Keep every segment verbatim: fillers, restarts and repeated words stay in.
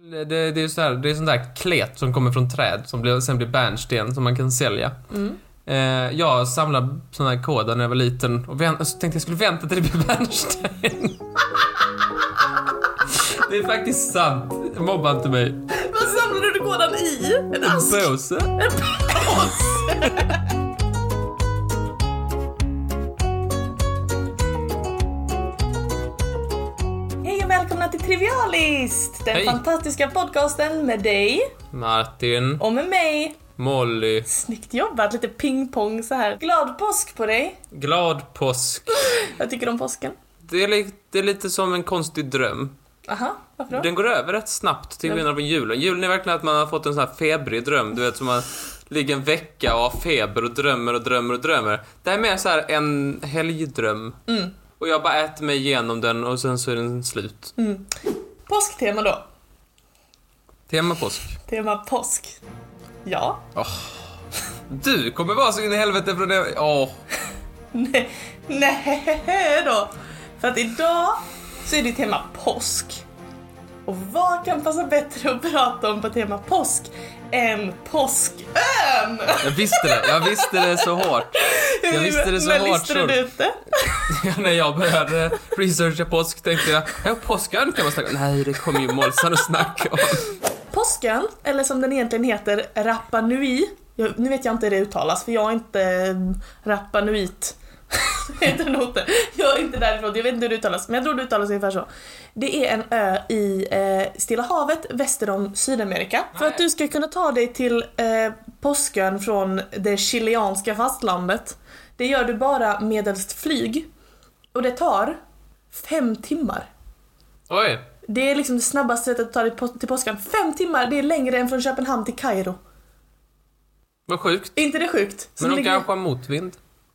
Det, det är så här, det är sån där klet som kommer från träd som blir, sen blir bärnsten som man kan sälja. Mm. Eh, jag samlade såna här koder när jag var liten och vänt, så tänkte jag skulle vänta till det blir bärnsten. Det är faktiskt sant. Mobba inte mig. Vad samlade du koden i? En ask? En påse. En påse. Hej och välkomna till Trivialist, den Hej. fantastiska podcasten med dig Martin. och med mig Molly. Snyggt jobbat, lite pingpong så här. Glad påsk på dig. Glad påsk. Jag tycker om påsken. Det är, li- det är lite som en konstig dröm. Aha, varför då? Den går över rätt snabbt till skillnad från julen. Julen är verkligen att man har fått en sån här febrig dröm. Du vet, som man ligger en vecka och har feber och drömmer och drömmer och drömmer. Det är mer så här en helgdröm. Mm. Och jag bara äter mig igenom den och sen så är den slut. Mm. Påsktema då. Tema påsk. Tema påsk. Ja. Oh. Du kommer vara så in i helvete från det. Åh. Nej, nej då. För att idag så är det tema påsk. Och vad kan passa bättre att prata om på tema påsk än påskön? Jag visste det, jag visste det så hårt. Jag visste det så Men hårt. listade du ut det? Ja, när jag började researcha påsk tänkte jag, ja, påskön kan man snacka om. Nej, det kommer ju Molsan att snacka om. Påskön, eller som den egentligen heter, Rapa Nui. Jag, nu vet jag inte hur det uttalas, för jag är inte äh, Rapa Nuit. heter det inte. Jag är inte därifrån, jag vet inte hur det uttalas, men jag tror det uttalas ungefär så. Det är en ö i eh, Stilla havet väster om Sydamerika. Nej. För att du ska kunna ta dig till eh, påskön från det chilenska fastlandet, det gör du bara medelst flyg. Och det tar fem timmar. Oj. Det är liksom det snabbaste sättet att ta dig på- till påskön. Fem timmar, det är längre än från Köpenhamn till Kairo. Vad sjukt. Är inte det sjukt? Men de ligger... kanske har motvind.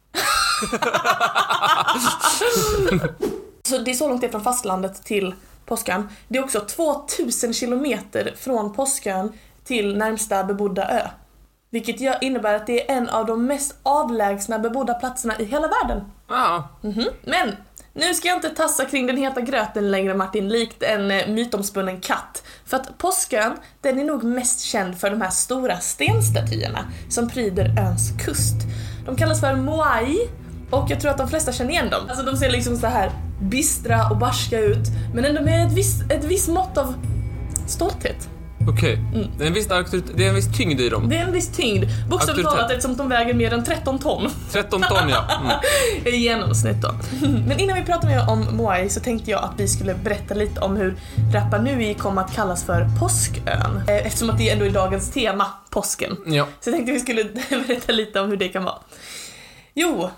Så det är så långt det är från fastlandet till påskön. Det är också tvåtusen kilometer från påskön till närmsta bebodda ö. Vilket gör, innebär att det är en av de mest avlägsna bebodda platserna i hela världen. Ja. Mm-hmm. Men nu ska jag inte tassa kring den heta gröten längre, Martin, likt en eh, mytomspunnen katt. För att påskön, den är nog mest känd för de här stora stenstatyerna som pryder öns kust. De kallas för moai och jag tror att de flesta känner igen dem. Alltså de ser liksom så här bistra och barska ut, men ändå med ett visst, ett visst mått av stolthet. Okej. Okay. Mm. Det är en viss auktoritet, det är en viss tyngd i dem. Det är en viss tyngd. Bokstavligt talat eftersom de väger mer än tretton ton. tretton ton, ja. Mm. I genomsnitt då. Men innan vi pratar mer om moai så tänkte jag att vi skulle berätta lite om hur Rapa Nui kom att kallas för påskön. Eftersom att det ändå är dagens tema, påsken. Ja. Så jag tänkte vi skulle berätta lite om hur det kan vara. Jo,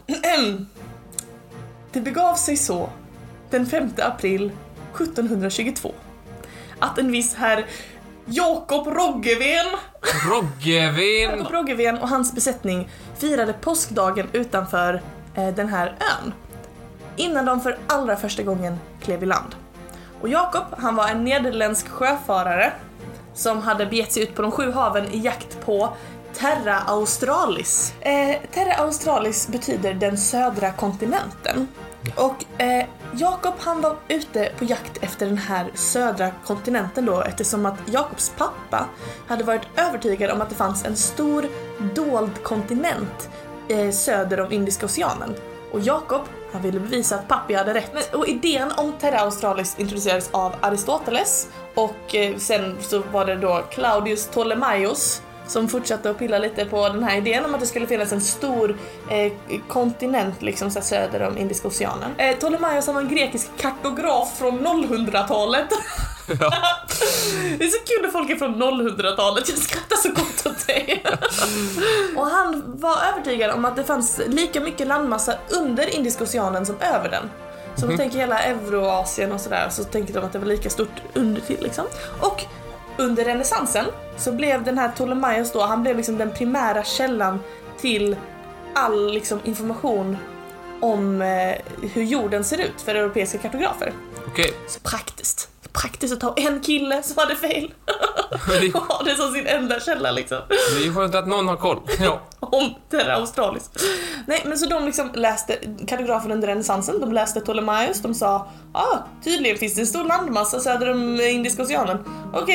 det begav sig så den femte april sjuttonhundratjugotvå att en viss herr Jakob Roggeveen Roggeveen Jakob Roggeveen och hans besättning firade påskdagen utanför eh, den här ön innan de för allra första gången klev i land. Och Jakob, han var en nederländsk sjöfarare som hade begett sig ut på de sju haven i jakt på Terra Australis. Eh, Terra Australis betyder den södra kontinenten. Och eh, Jakob, han var ute på jakt efter den här södra kontinenten då, eftersom att Jakobs pappa hade varit övertygad om att det fanns en stor dold kontinent eh, söder om Indiska oceanen. Och Jakob, han ville bevisa att pappa hade rätt. Men, och idén om Terra Australis introducerades av Aristoteles och eh, sen så var det då Claudius Ptolemaios som fortsatte att pilla lite på den här idén om att det skulle finnas en stor eh, kontinent liksom så söder om Indiska oceanen. Eh, Ptolemaios var en grekisk kartograf från nollhundratalet. Ja. Det är så kul när folk är från nollhundratalet. Jag skrattar så gott åt dig. Och han var övertygad om att det fanns lika mycket landmassa under Indiska oceanen som över den. Så mm-hmm. de tänker hela Euroasien och sådär, så tänker de att det var lika stort under till liksom. Och under renässansen så blev den här Ptolemaios då, han blev liksom den primära källan till all liksom information om eh, hur jorden ser ut för europeiska kartografer. Okej. Okay. Så praktiskt. Praktiskt att ha en kille som hade fel. Och ha det som sin enda källa liksom. Det är ju skönt att någon har koll. Ja. Om Terra Australis. Nej, men så de liksom läste kartografen under renässansen. De läste Ptolemaios. De sa, ja, ah, tydligen finns det en stor landmassa söder om Indiska oceanen. Okej, okay,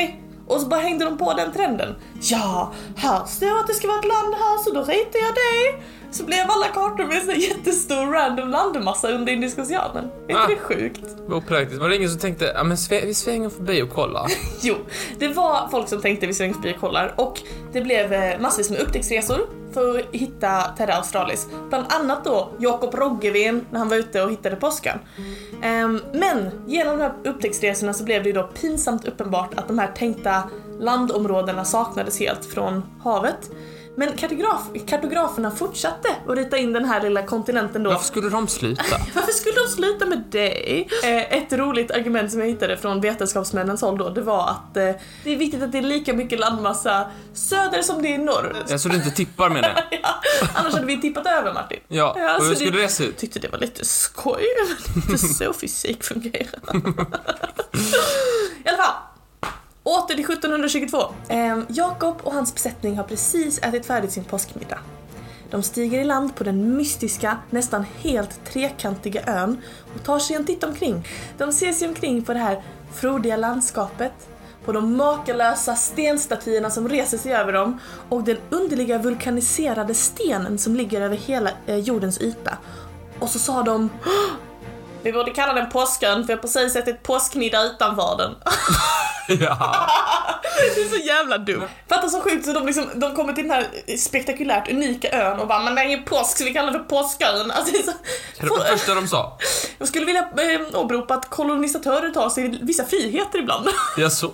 Och så bara hängde de på den trenden. Ja, här står att det ska vara ett land här, så då ritar jag det. Så blev alla kartor med en sån jättestor random landmassa under Indiska oceanen. Är inte ah, det sjukt? Vad praktiskt. Var det ingen som tänkte, ja men vi svänger förbi och kollar? Jo, det var folk som tänkte vi svänger förbi och kollar. Och det blev massvis med upptäcktsresor för att hitta Terra Australis. Bland annat då Jakob Roggeveen när han var ute och hittade påskan. Um, men genom de här upptäcktsresorna så blev det ju då pinsamt uppenbart att de här tänkta landområdena saknades helt från havet. Men kartograf, kartograferna fortsatte att rita in den här lilla kontinenten då. Varför skulle de sluta? Varför skulle de sluta med det? Eh, ett roligt argument som jag hittade från vetenskapsmännens håll då, det var att eh, det är viktigt att det är lika mycket landmassa söder som det är norr. Ja, så du inte tippar med det? Ja, annars hade vi tippat över, Martin. Ja, och hur skulle det, det se ut? Jag tyckte det var lite skoj, men inte så fysik fungerar. I alla fall. Åter till sjuttonhundratjugotvå. Eh, Jakob och hans besättning har precis ätit färdigt sin påskmiddag. De stiger i land på den mystiska, nästan helt trekantiga ön och tar sig en titt omkring. De ser sig omkring på det här frodiga landskapet, på de makalösa stenstatyerna som reser sig över dem och den underliga vulkaniserade stenen som ligger över hela eh, jordens yta. Och så sa de: vi borde kalla den påskön, för jag har precis ätit påskmiddag utanför den. Ja. Det är så jävla dumt. Fattar så sjukt så de, liksom, de kommer till den här spektakulärt unika ön och bara, men det är ju påsk så vi kallar det för påskön. Alltså, det är så... Det var det första de sa. Jag skulle vilja eh, åberopa att kolonisatörer tar sig vissa friheter ibland. Ja, så.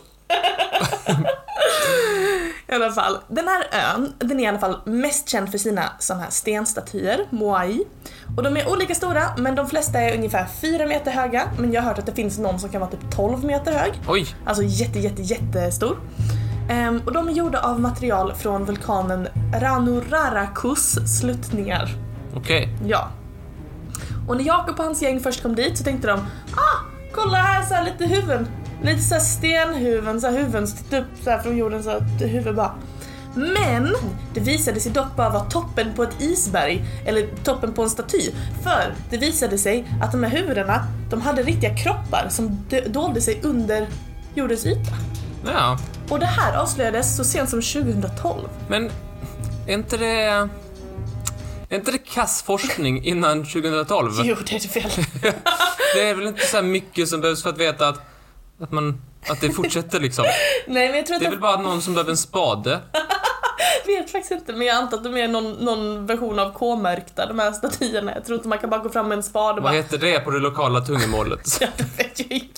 I alla fall, den här ön, den är i alla fall mest känd för sina såna här stenstatyer, Moai. Och de är olika stora, men de flesta är ungefär fyra meter höga. Men jag har hört att det finns någon som kan vara typ tolv meter hög. Oj. Alltså jätte, jätte, jättestor. Um, och de är gjorda av material från vulkanen Ranurarakus sluttningar. Okej. Okay. Ja. Och när Jakob och hans gäng först kom dit så tänkte de, ah, kolla här, så här lite huvuden. Lite så här stenhuven, så här huvuden som tittar upp så här från jorden, så här huvud bara. Men det visade sig dock bara vara toppen på ett isberg, eller toppen på en staty. För det visade sig att de här huvudena, de hade riktiga kroppar som dolde sig under jordens yta. Ja. Och det här avslöjades så sent som tjugohundratolv. Men är inte det... Är inte det kass forskning innan tjugohundratolv? Jo, det är det väl. Det är väl inte så här mycket som behövs för att veta att, att, man, att det fortsätter liksom. Nej, men jag tror att det är väl bara någon som behöver en spade. Jag vet faktiskt inte, men jag antar att de är någon, någon version av K-märkta, de här statyerna. Jag tror inte man kan bara gå fram med en spade. Vad bara... heter det på det lokala tungemålet? Ja, det vet jag inte.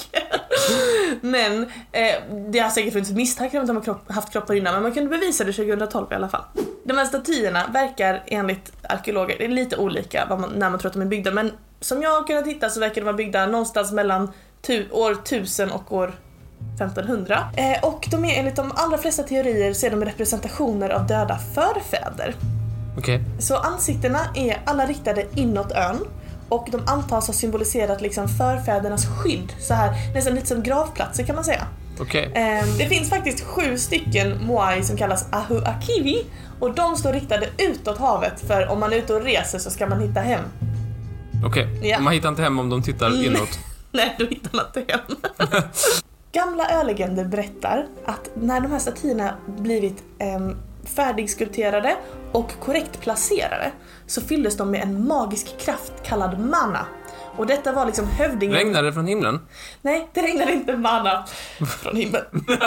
Men eh, det har säkert funnits misstankar om att de har kropp, haft kroppar innan, men man kunde bevisa det tjugohundratolv i alla fall. De här statyerna verkar enligt arkeologer, det är lite olika vad man, när man tror att de är byggda, men som jag har kunnat hitta så verkar de vara byggda någonstans mellan tu, år tusen och år femtonhundra. Eh, och de är enligt de allra flesta teorier så är de representationer av döda förfäder. Okej. Okay. Så ansiktena är alla riktade inåt ön. Och de antas ha symboliserat liksom förfädernas skydd. Så här, nästan lite som gravplatser kan man säga. Okej. Okay. Eh, det finns faktiskt sju stycken Moai som kallas Ahuakivi. Och de står riktade utåt havet. För om man är ute och reser så ska man hitta hem. Okej, okay. Ja. Man hittar inte hem om de tittar mm. inåt. Nej, då hittar man inte hem. Gamla ölegender berättar att när de här statyerna blivit eh, färdigskulpterade och korrekt placerade så fylldes de med en magisk kraft kallad mana. Och detta var liksom hövdingen... Regnade det från himlen? Nej, det regnade inte mana från himlen.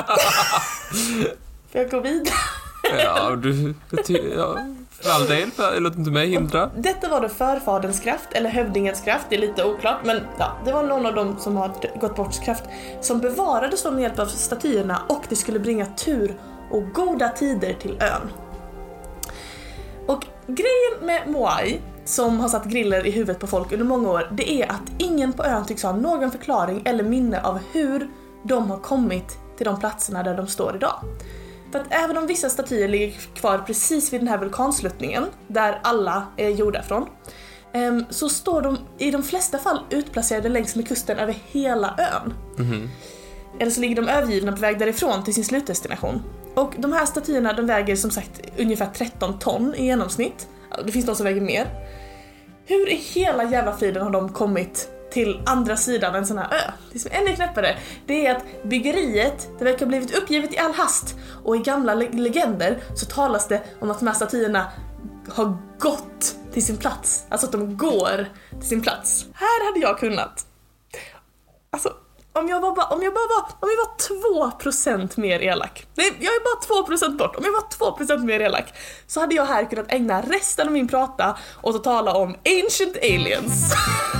Får jag gå vidare? Ja, du... Ja, för all del, låt inte mig hindra. Detta var då förfaderns kraft, eller hövdingens kraft, det är lite oklart. Men ja, det var någon av dem som har gått bort kraft som bevarades med hjälp av statyerna och det skulle bringa tur och goda tider till ön. Och grejen med Moai, som har satt griller i huvudet på folk under många år, det är att ingen på ön tycks ha någon förklaring eller minne av hur de har kommit till de platserna där de står idag. För att även om vissa statyer ligger kvar precis vid den här vulkansluttningen, där alla är gjorda från, så står de i de flesta fall utplacerade längs med kusten över hela ön. Mm-hmm. Eller så ligger de övergivna på väg därifrån till sin slutdestination. Och de här statyerna, de väger som sagt ungefär tretton ton i genomsnitt. Det finns de som väger mer. Hur i hela jävla friden har de kommit till andra sidan en sån här ö. Det som är ännu knäppare, det är att byggeriet, det verkar ha blivit uppgivet i all hast, och i gamla le- legender så talas det om att de här statyerna har gått till sin plats. Alltså att de går till sin plats. Här hade jag kunnat. Alltså, om jag, var bara, om jag bara var, om jag var två procent mer elak. Nej, jag är bara två procent bort. Om jag var två procent mer elak så hade jag här kunnat ägna resten av min prata åt att tala om Ancient Aliens.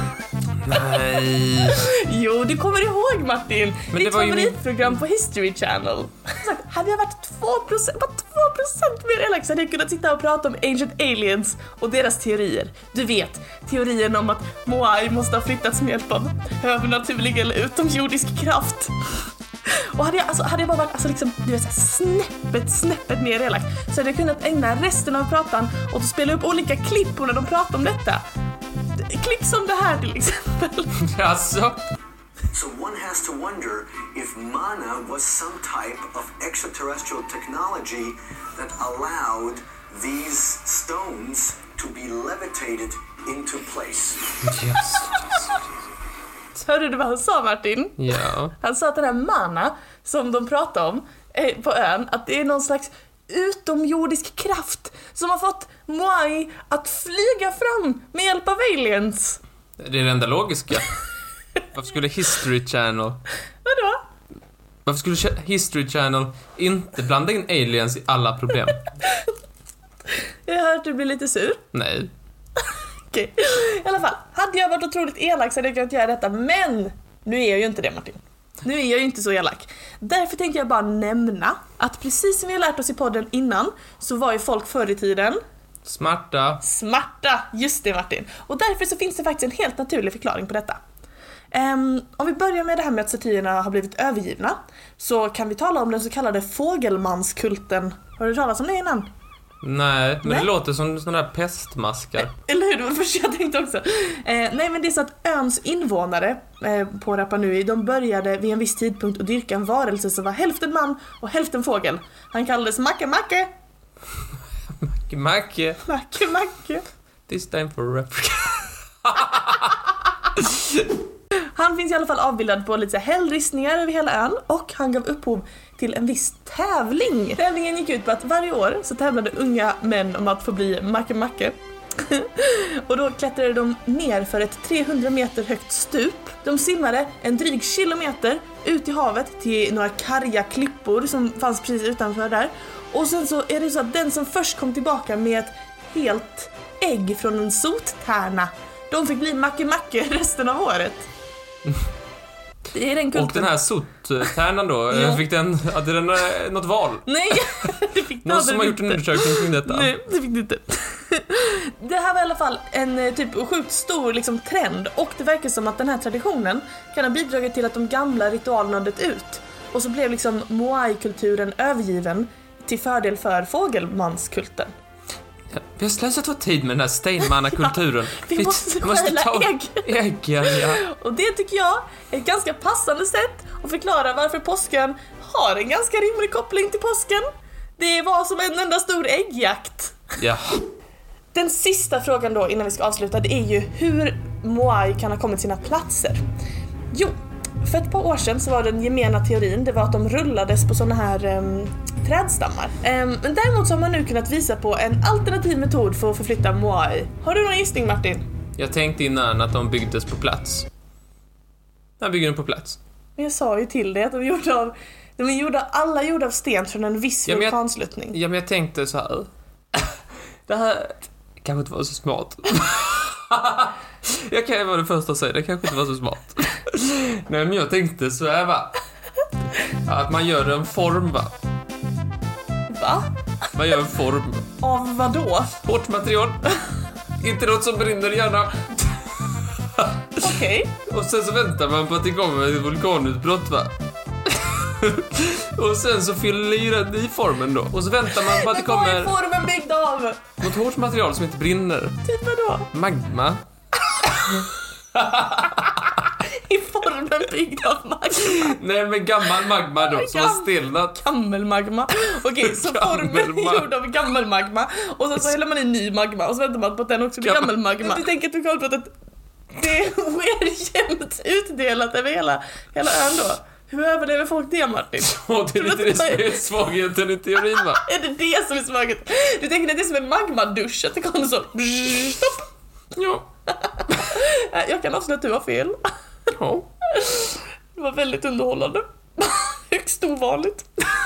Nej. Jo, du kommer ihåg, Martin. Men Ditt det var ju favoritprogram min... på History Channel. Hade jag varit två procent, bara två procent mer elak så hade jag kunnat sitta och prata om Ancient Aliens och deras teorier. Du vet, teorien om att Moai måste ha flyttats med hjälp av övernaturlig eller utomjordisk kraft. Och hade jag, alltså, hade jag bara varit alltså, liksom, du vet, så här, snäppet, snäppet mer elak så hade jag kunnat ägna resten av pratan åt att spela upp olika klipp när de pratar om detta. Klipp som det här till exempel. Alltså. So one has to wonder if mana was some type of extraterrestrial technology that allowed these stones to be levitated into place. Yes, yes. Hörde du vad han sa, Martin? Ja. Han sa att den här mana som de pratar om eh, på ön, att det är någon slags utomjordisk kraft som har fått Moai att flyga fram med hjälp av aliens. Det är det enda logiska. Varför skulle History Channel... Vadå? Varför skulle History Channel inte blanda in aliens i alla problem? Jag har hört att du blir lite sur. Nej. Okej. I alla fall, hade jag varit otroligt elak så hade jag kunnat göra detta, men nu är jag ju inte det, Martin. Nu är jag ju inte så elak. Därför tänkte jag bara nämna att precis som vi har lärt oss i podden innan så var ju folk förr i tiden Smarta. Smarta, just det, Martin. Och därför så finns det faktiskt en helt naturlig förklaring på detta. Um, om vi börjar med det här med att statyerna har blivit övergivna så kan vi tala om den så kallade fågelmanskulten. Har du talat om det innan? Nej, men Nej. det låter som sådana där pestmaskar. Eller hur? Det var först jag tänkte också. Eh, nej, men det är så att öns invånare eh, på Rapa Nui, de började vid en viss tidpunkt att dyrka en varelse som var hälften man och hälften fågel. Han kallades Macke Macke. Macke Macke. Macke Macke. This time for replica. Han finns i alla fall avbildad på lite så här hällristningar över hela ön och han gav upphov till en viss tävling. Tävlingen gick ut på att varje år så tävlade unga män om att få bli Macke Macke. Och då klättrade de ner för ett trehundra meter högt stup. De simmade en dryg kilometer ut i havet till några karga klippor som fanns precis utanför där. Och sen så är det så att den som först kom tillbaka med ett helt ägg från en sottärna, de fick bli Macke Macke resten av året. Det är den kulten. Och den här sottärnan då, Ja. fick den, hade den eh, något val? Nej, det fick Någon som har gjort en undersökning kring detta? Nej, det fick det inte. Det här var i alla fall en eh, typ sjukt stor liksom, trend. Och det verkar som att den här traditionen kan ha bidragit till att de gamla ritualerna dött ut. Och så blev liksom Moai-kulturen övergiven till fördel för fågelmanskulten. Ja, vi har slösat vår tid med den här steinmannakulturen. Ja, vi måste stjäla ägg. äggen, ja. Och det tycker jag är ett ganska passande sätt att förklara varför påsken har en ganska rimlig koppling till påsken. Det var som en enda stor äggjakt. Ja. Den sista frågan då innan vi ska avsluta, det är ju hur Moai kan ha kommit sina platser. Jo, för ett par år sedan så var den gemena teorin, det var att de rullades på såna här um, trädstammar. Um, men däremot så har man nu kunnat visa på en alternativ metod för att förflytta Moai. Har du någon gissning, Martin? Jag tänkte innan att de byggdes på plats. Jag bygger den på plats. Men jag sa ju till dig att de är gjorda av, de är gjorda, alla gjorda av sten från en viss Ja, men jag- vulkansluttning. Ja, men jag tänkte så här. Det här kanske inte var så smart. Jag kan vara det första att säga, det kanske inte var så smart. Nej, men jag tänkte så här, va. Att man gör en form, va. Va? Man gör en form. Av vad då? Hårt material. Inte något som brinner gärna. Okej. Och sen så väntar man på att det kommer ett vulkanutbrott, va. Och sen så fyller i den i formen då. Och så väntar man på att det Men vad är kommer formen byggd av? något hårt material som inte brinner. Typ vadå? Magma. I formen byggd av magma. Nej, men gammal magma då, som har stelnat. Gammelmagma. Okej, så formen är Gammelmagma. gjord av gammelmagma. Och sen så häller man i ny magma. Och så väntar man på att den också blir Gammel- gammelmagma. Du tänker att vulkanutbrottet Det sker jämnt utdelat över hela, hela ön då. Hur överlever folk det, Martin? Och det är lite det som är svagheten i teorin, va? Är det det som är svagheten? Du tänker att det är som en magmadusch, att det kommer så... Stopp! Ja. Jag kan avslöja att du har fel. Ja. Det var väldigt underhållande. Högst ovanligt.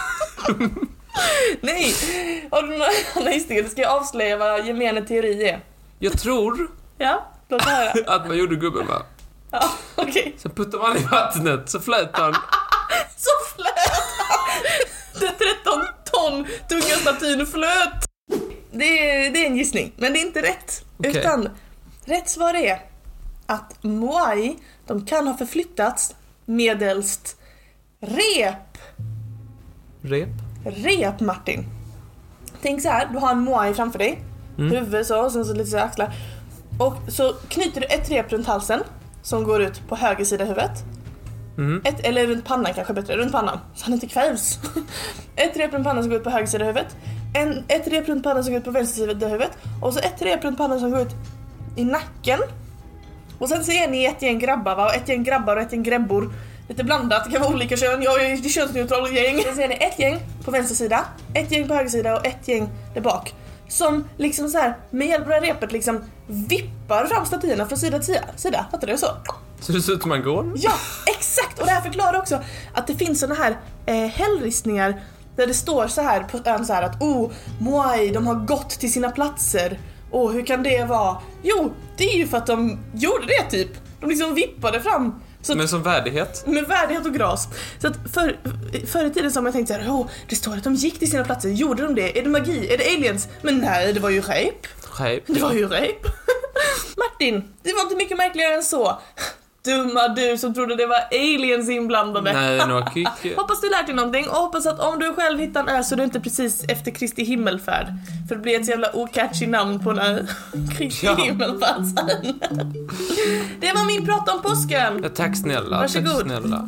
Nej, har du några andra historier? Ska jag avslöja vad gemene teori är? Jag tror Ja, låt höra. att man gjorde gubben, va? Ja, okej. Okay. Så puttar man i vattnet, så flöt han. Så flöt han! Den tretton ton tunga statyn flöt. Det är, det är en gissning, men det är inte rätt. Okay. Utan rätt svar är att Moai, de kan ha förflyttats medelst rep. Rep? Rep, Martin. Tänk så här, du har en Moai framför dig. Mm. Huvud så, och sen så lite så axlar. Och så knyter du ett rep runt halsen som går ut på höger sida huvudet. Mm. Ett, eller runt pannan kanske bättre, runt pannan, så han inte kvävs. Ett rep runt pannan som går ut på höger sida huvudet. En, ett rep runt pannan som går ut på vänster sida huvudet. Och så ett rep runt pannan som går ut i nacken. Och sen så är ni ett gäng grabbar, va? Och ett gäng grabbar och ett gäng grebbor. Lite blandat, det kan vara olika kön. Jag är könsneutral gäng. Sen ser ni ett gäng på vänster sida, ett gäng på höger sida och ett gäng där bak. Som liksom så här med hjälp av repet liksom vippar fram statyerna från sida till sida. Fattar du så? Så det ser ut som man går? Ja, exakt. Och det här förklarar också att det finns såna här eh, hällristningar där det står så här på ön så här att oh, Moai, de har gått till sina platser. Och oh, hur kan det vara? Jo, det är ju för att de gjorde det typ. De liksom vippade fram. Så att, men som värdighet? Med värdighet och gras. Så att för, förr i tiden så har man tänkt så här, oh, det står att de gick till sina platser. Gjorde de det? Är det magi? Är det aliens? Men nej, det var ju rape. Rape? Det var ju rape. Martin, det var inte mycket märkligare än så. Dumma du som trodde det var aliens inblandade. Nej, det var kick. Hoppas du lärt dig någonting och hoppas att om du själv hittar en ö så är du inte precis efter Kristi himmelfärd. För det blir ett jävla ocatchy namn på en ö. Kristi ja. Himmelfärdsön. Det var min prat om påsken. Ja, tack snälla. Varsågod. Tack snälla.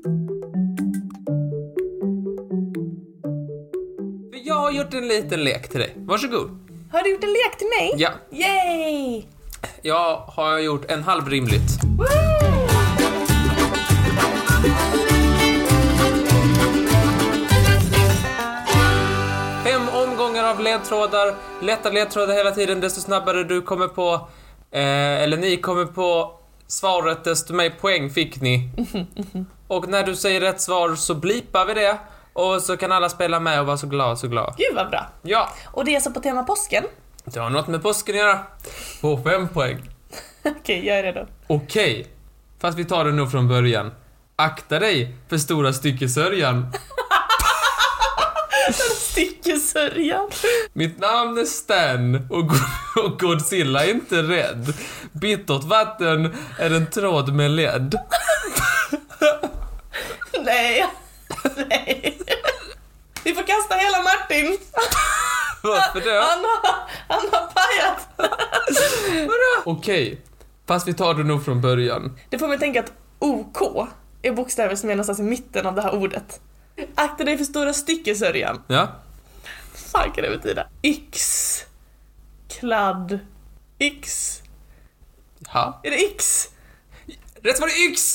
Jag har gjort en liten lek till dig. Varsågod. Har du gjort en lek till mig? Ja. Yay! Jag har gjort en halv rimligt. Fem omgångar av ledtrådar. Lätta ledtrådar hela tiden. Desto snabbare du kommer på eh, eller ni kommer på svaret, desto mer poäng fick ni. Och när du säger rätt svar så blipar vi det. Och så kan alla spela med och vara så glad, så glad. Gud vad bra. Ja. Och det är så på tema påsken. Det har något med påsken att göra. På fem poäng. Okej, okay, jag är redo. Okej. Okay. Fast vi tar det nog från början. Akta dig för stora styckesörjan. Styckesörjan. Mitt namn är Stan och, och Godzilla är inte rädd. Bittert vatten är en tråd med led. Nej. Nej. Vi får kasta hela Martin. Varför då? Han har, han har pajat. Okej, okay. Fast vi tar det nog från början. Det får mig tänka att OK är bokstäver som är någonstans i mitten av det här ordet. Akta dig för stora styckesörjan. Ja. Fan kan det betyda? Yx. Kladd. Yx. Ja. Är det X? Rätt var det yx!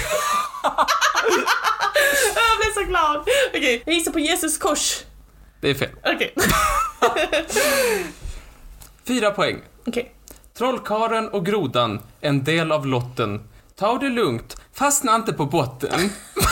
Jag blev så glad. Okej, okay. Jag gissar på Jesus kors. Det är fel. Okej. Okay. Fyra poäng. Okej. Okay. Trollkaren och grodan, en del av lotten. Ta det lugnt, fastna inte på botten.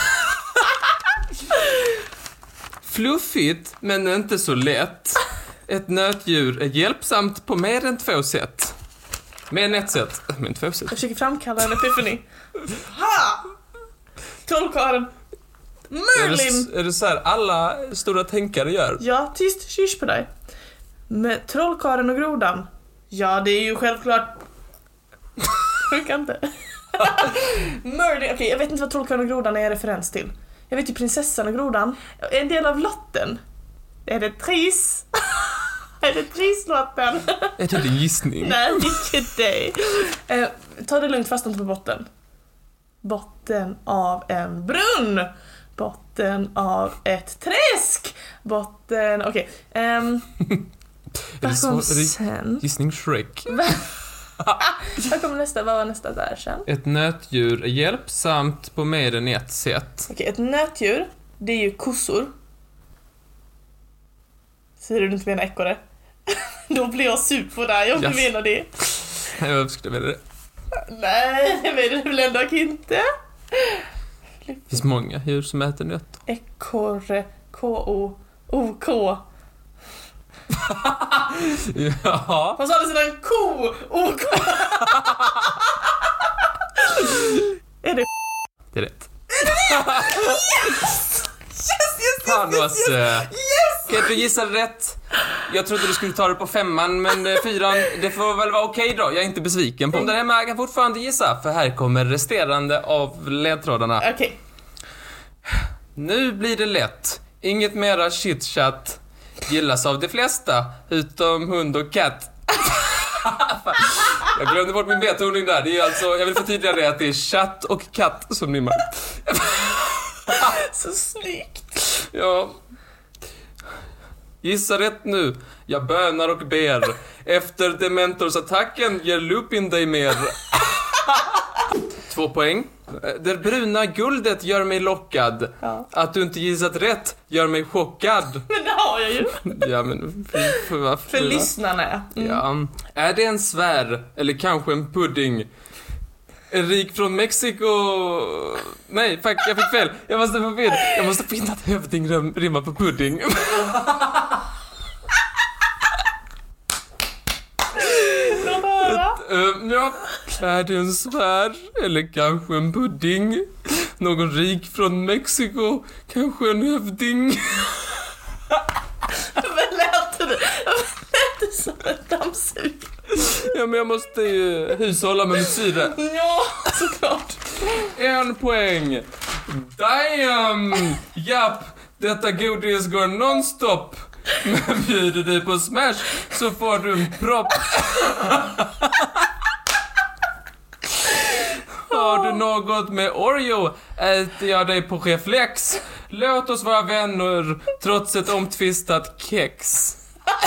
Fluffigt, men inte så lätt. Ett nötdjur är hjälpsamt på mer än två sätt. Mer än ett sätt. Men två sätt. Jag försöker framkalla en epiphany. Ha! Trollkaren. Merlin. Är det, är det så här alla stora tänkare gör? Ja, tyst, kysch på dig. Med trollkaren och grodan. Ja, det är ju självklart. Jag kan inte. Merlin, okej, okay, jag vet inte vad trollkaren och grodan är referens till. Jag vet ju prinsessan och grodan. En del av lotten. Är det tris? Är det trislotten? Jag tror det är en gissning. Nej, inte det. Eh, ta det lugnt, fast inte på botten. Botten av en brunn. Botten av ett träsk. Botten, okej. Okay. Um, vad kom sen? Gissning Shrek. Här kommer nästa, vad var nästa där sen? Ett nötdjur är hjälpsamt på mer än ett sätt. Okej, ett nötdjur, det är ju kossor. Säger du inte menar ekorre? Då blir jag sur på dig om Yes. du menar det. Jag skulle vilja det. Nej, det menar du väl ändå inte? Det finns många djur som äter nötter. Ekorre, K-O-O-K. Ja. Vad sa du sedan? Ko, O-K. Är det Det är rätt. Yes! Yes, yes, Fan yes, alltså. yes, yes. Okej, du gissade rätt. Jag trodde du skulle ta det på femman, men eh, fyran, det får väl vara okej då. Jag är inte besviken på om den här, men jag kan fortfarande gissa. För här kommer resterande av ledtrådarna. Okej. Nu blir det lätt. Inget mera chitchat. Gillas av de flesta, utom hund och katt. Jag glömde bort min betoning där. Det är alltså, jag vill förtydliga det att det är chatt och katt som rimmar. Så snyggt. Ja. Gissa rätt nu. Jag bönar och ber. Efter dementorsattacken ger Lupin dig mer. Två poäng. Det bruna guldet gör mig lockad. Ja. Att du inte gissat rätt gör mig chockad. Men det har jag ju. Ja, men för, för varför? För lyssnarna. Mm. Ja. Är det en svär eller kanske en pudding? En rik från Mexiko. Nej, fuck, jag fick fel. Jag måste få fel. Jag måste finna att hövding rim- rimmar på pudding. Låt höra. Uh, ja. Är det en svär eller kanske en pudding? Någon rik från Mexiko? Kanske en hövding? Men lät det, lät det som en dammsug? Ja, men jag måste ju hushålla med mitt syre. Ja, såklart. En poäng. Damn! Japp, detta godis går nonstop. Men bjuder du på smash så får du en propp. Har du något med Oreo äter jag dig på reflex. Låt oss vara vänner trots ett omtvistat kex.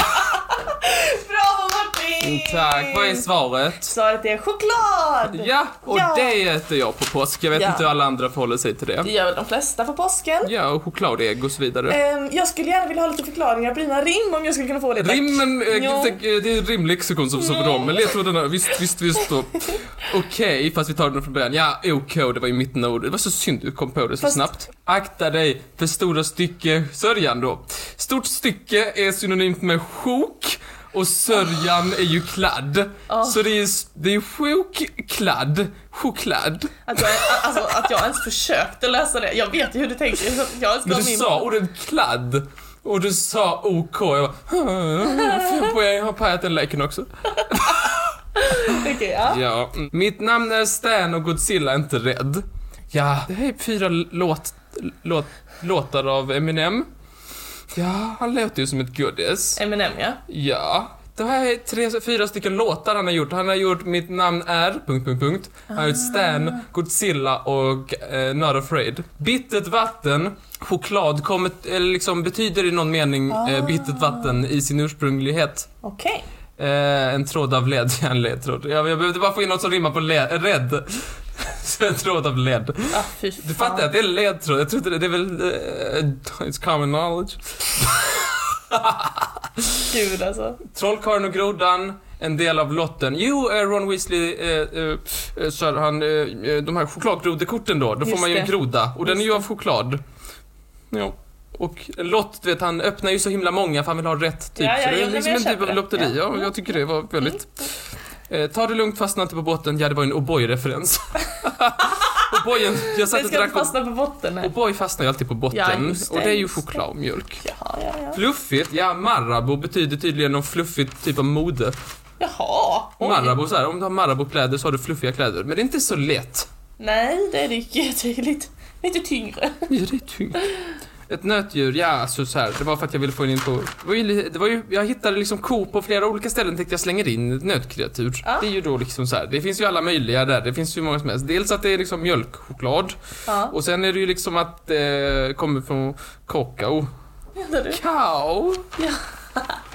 Bravo Martin! Tack, vad är svaret? Svaret är choklad! Ja, och Ja. det äter jag på påsk. Jag vet Ja. inte hur alla andra förhåller sig till det. Det gör väl de flesta på påsken. Ja, och chokladägg och så vidare. Ehm, jag skulle gärna vilja ha lite förklaringar på dina rim om jag skulle kunna få det, tack. Rimmen, eh, Ja. det det är rimlexikon som sover om, men ledtrådarna, visst, visst, visst då. Okej, fast vi tar den från början. Ja, OK, det var ju mitt ord. Det var så synd du kom på det så Fast- snabbt. Akta dig för stora stycke sörjan då. Stort stycke är synonymt med sjok. Och sörjan är ju kladd. Ja. Så det är, det är sjokkladd. Choklad. Att jag, alltså, att jag ens försökte läsa det. Jag vet ju hur du tänker. så Jag ens Men gav du min- sa ordet kladd. Och du sa OK. Jag bara, fem poäng, jag har pajat den leken också. Okej, ja. Ja, mm. Mitt namn är Stan och Godzilla är inte rädd. Ja, det här är fyra låt, låt, låtar av Eminem. Ja, han låter ju som ett godis. Eminem, ja. Ja, det här är tre, fyra stycken låtar han har gjort. Han har gjort Mitt namn är... Punkt, punkt, punkt. Han har gjort Stan, Godzilla och eh, Not Afraid. Bittert vatten, choklad kommer, eller liksom betyder i någon mening eh, bittert vatten i sin ursprunglighet. Okej. Eh, en tråd av led, ja, en ledtråd. Jag, jag behövde bara få in något som rimmar på led, rädd. Så en tråd av led. Ah, fy fan. Du fattar att det är ledtråd, jag tror inte det, det är väl... Uh, it's common knowledge. Gud alltså. Trollkarlen och grodan, en del av lotten. Jo, eh, Ron Weasley, eh, eh, så han, eh, de här chokladgrodekorten då, då får Just man ju en det. groda. Och den är ju av choklad. Ja. Och en lott, du vet, han öppnar ju så himla många för han vill ha rätt typ. Ja, ja, så det jo, är men liksom jag en typ köper av det. lotteri. Ja, Ja. jag tycker det var väldigt... Eh, ta det lugnt, fastna inte på båten. Ja, det var en O'boy-referens. O'boyen, jag satt Det och ska drack inte fastna på botten. nej. O'boy fastnar ju alltid på botten. Ja, just det, och det är ju just det. choklad och mjölk. Jaha, ja, ja. Fluffigt, ja, Marabou betyder tydligen någon fluffigt typ av mode. Jaha. Oj. Marabou, så här, om du har Marabou-kläder så har du fluffiga kläder. Men det är inte så lätt. Nej, det är det inte. Det är lite, lite tyngre. Ja, det är tungt. Ett nötdjur, ja, så, så här. Det var för att jag ville få in på... Det var ju, det var ju, jag hittade liksom ko på flera olika ställen, tänkte jag slänger in ett nötkreatur. Ja. Det är ju då liksom så här. Det finns ju alla möjliga där. Det finns ju många som helst. Dels att det är liksom mjölkchoklad. Ja. Och sen är det ju liksom att det kommer från kakao. Menar du? Kao.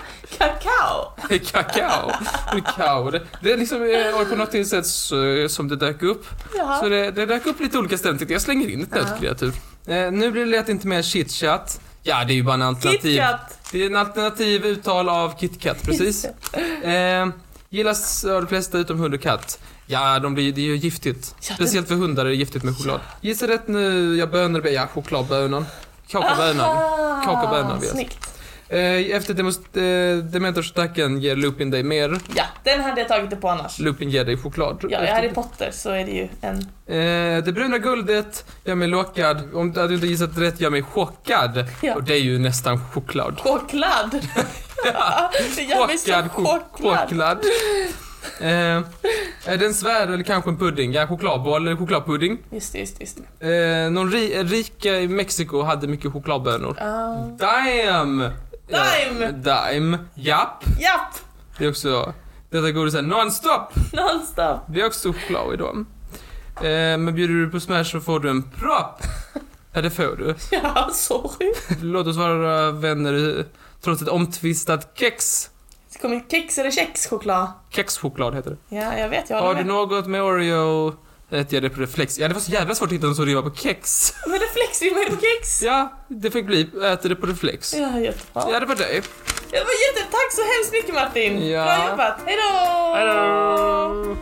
Kakao. Kakao. Kakao. Det, det är liksom eh, på något sätt så, som det dök upp. Jaha. Så det, det dök upp lite olika ställen. Jag slänger in ett nötkreatur. Eh, nu blir det lätt inte mer chitchat. Ja, det är ju bara en alternativ. KitKat. Det är en alternativ uttal av KitKat, precis. eh, gillas av de flesta utom hund och katt. Ja, de blir, det är ju giftigt. Ja, Speciellt för hundar är det giftigt med choklad. Gissa rätt nu, jag bönor, ja, chokladbönor. Kakabönor. Aha, Kakabönor, vet. snyggt. Eh, efter demonst- eh, Dementorstacken ger Lupin dig mer. Ja, den hade jag tagit det på annars. Lupin ger dig choklad. Ja, i Harry Potter så är det ju en... Eh, det bruna guldet gör mig lockad. Om du inte gissat rätt gör mig chockad. Ja. Och det är ju nästan choklad. Choklad. Ja, det gör mig så Chockad, cho- choklad. choklad. Eh, är det en svärd eller kanske en pudding? Ja, chokladboll eller chokladpudding. Just det, just det, just det. Eh, någon ri- rika i Mexiko hade mycket chokladbönor. Uh, Dime! Dime! Eh, dime. Japp. japp! Det är också... Detta godis är non-stop. Nonstop. Det är också choklad i dem. Eh, men bjuder du på Smash så får du en propp. Ja, det får du. Ja, sorry. Låt oss vara vänner trots ett omtvistat kex. Det kommer kex eller kexchoklad. Kexchoklad heter det. Ja, jag vet, jag Har håller du med. något med Oreo? Äter jag det på reflex? Ja, det var så jävla svårt att hitta någon som rimmar på kex. Men reflex rimmar ju på kex. Ja, det fick bli. Äter det på reflex. Ja, jättebra. Ja, det var det. Det var jätte... Tack så hemskt mycket, Martin. Ja. Bra jobbat. Hej då! Hej då!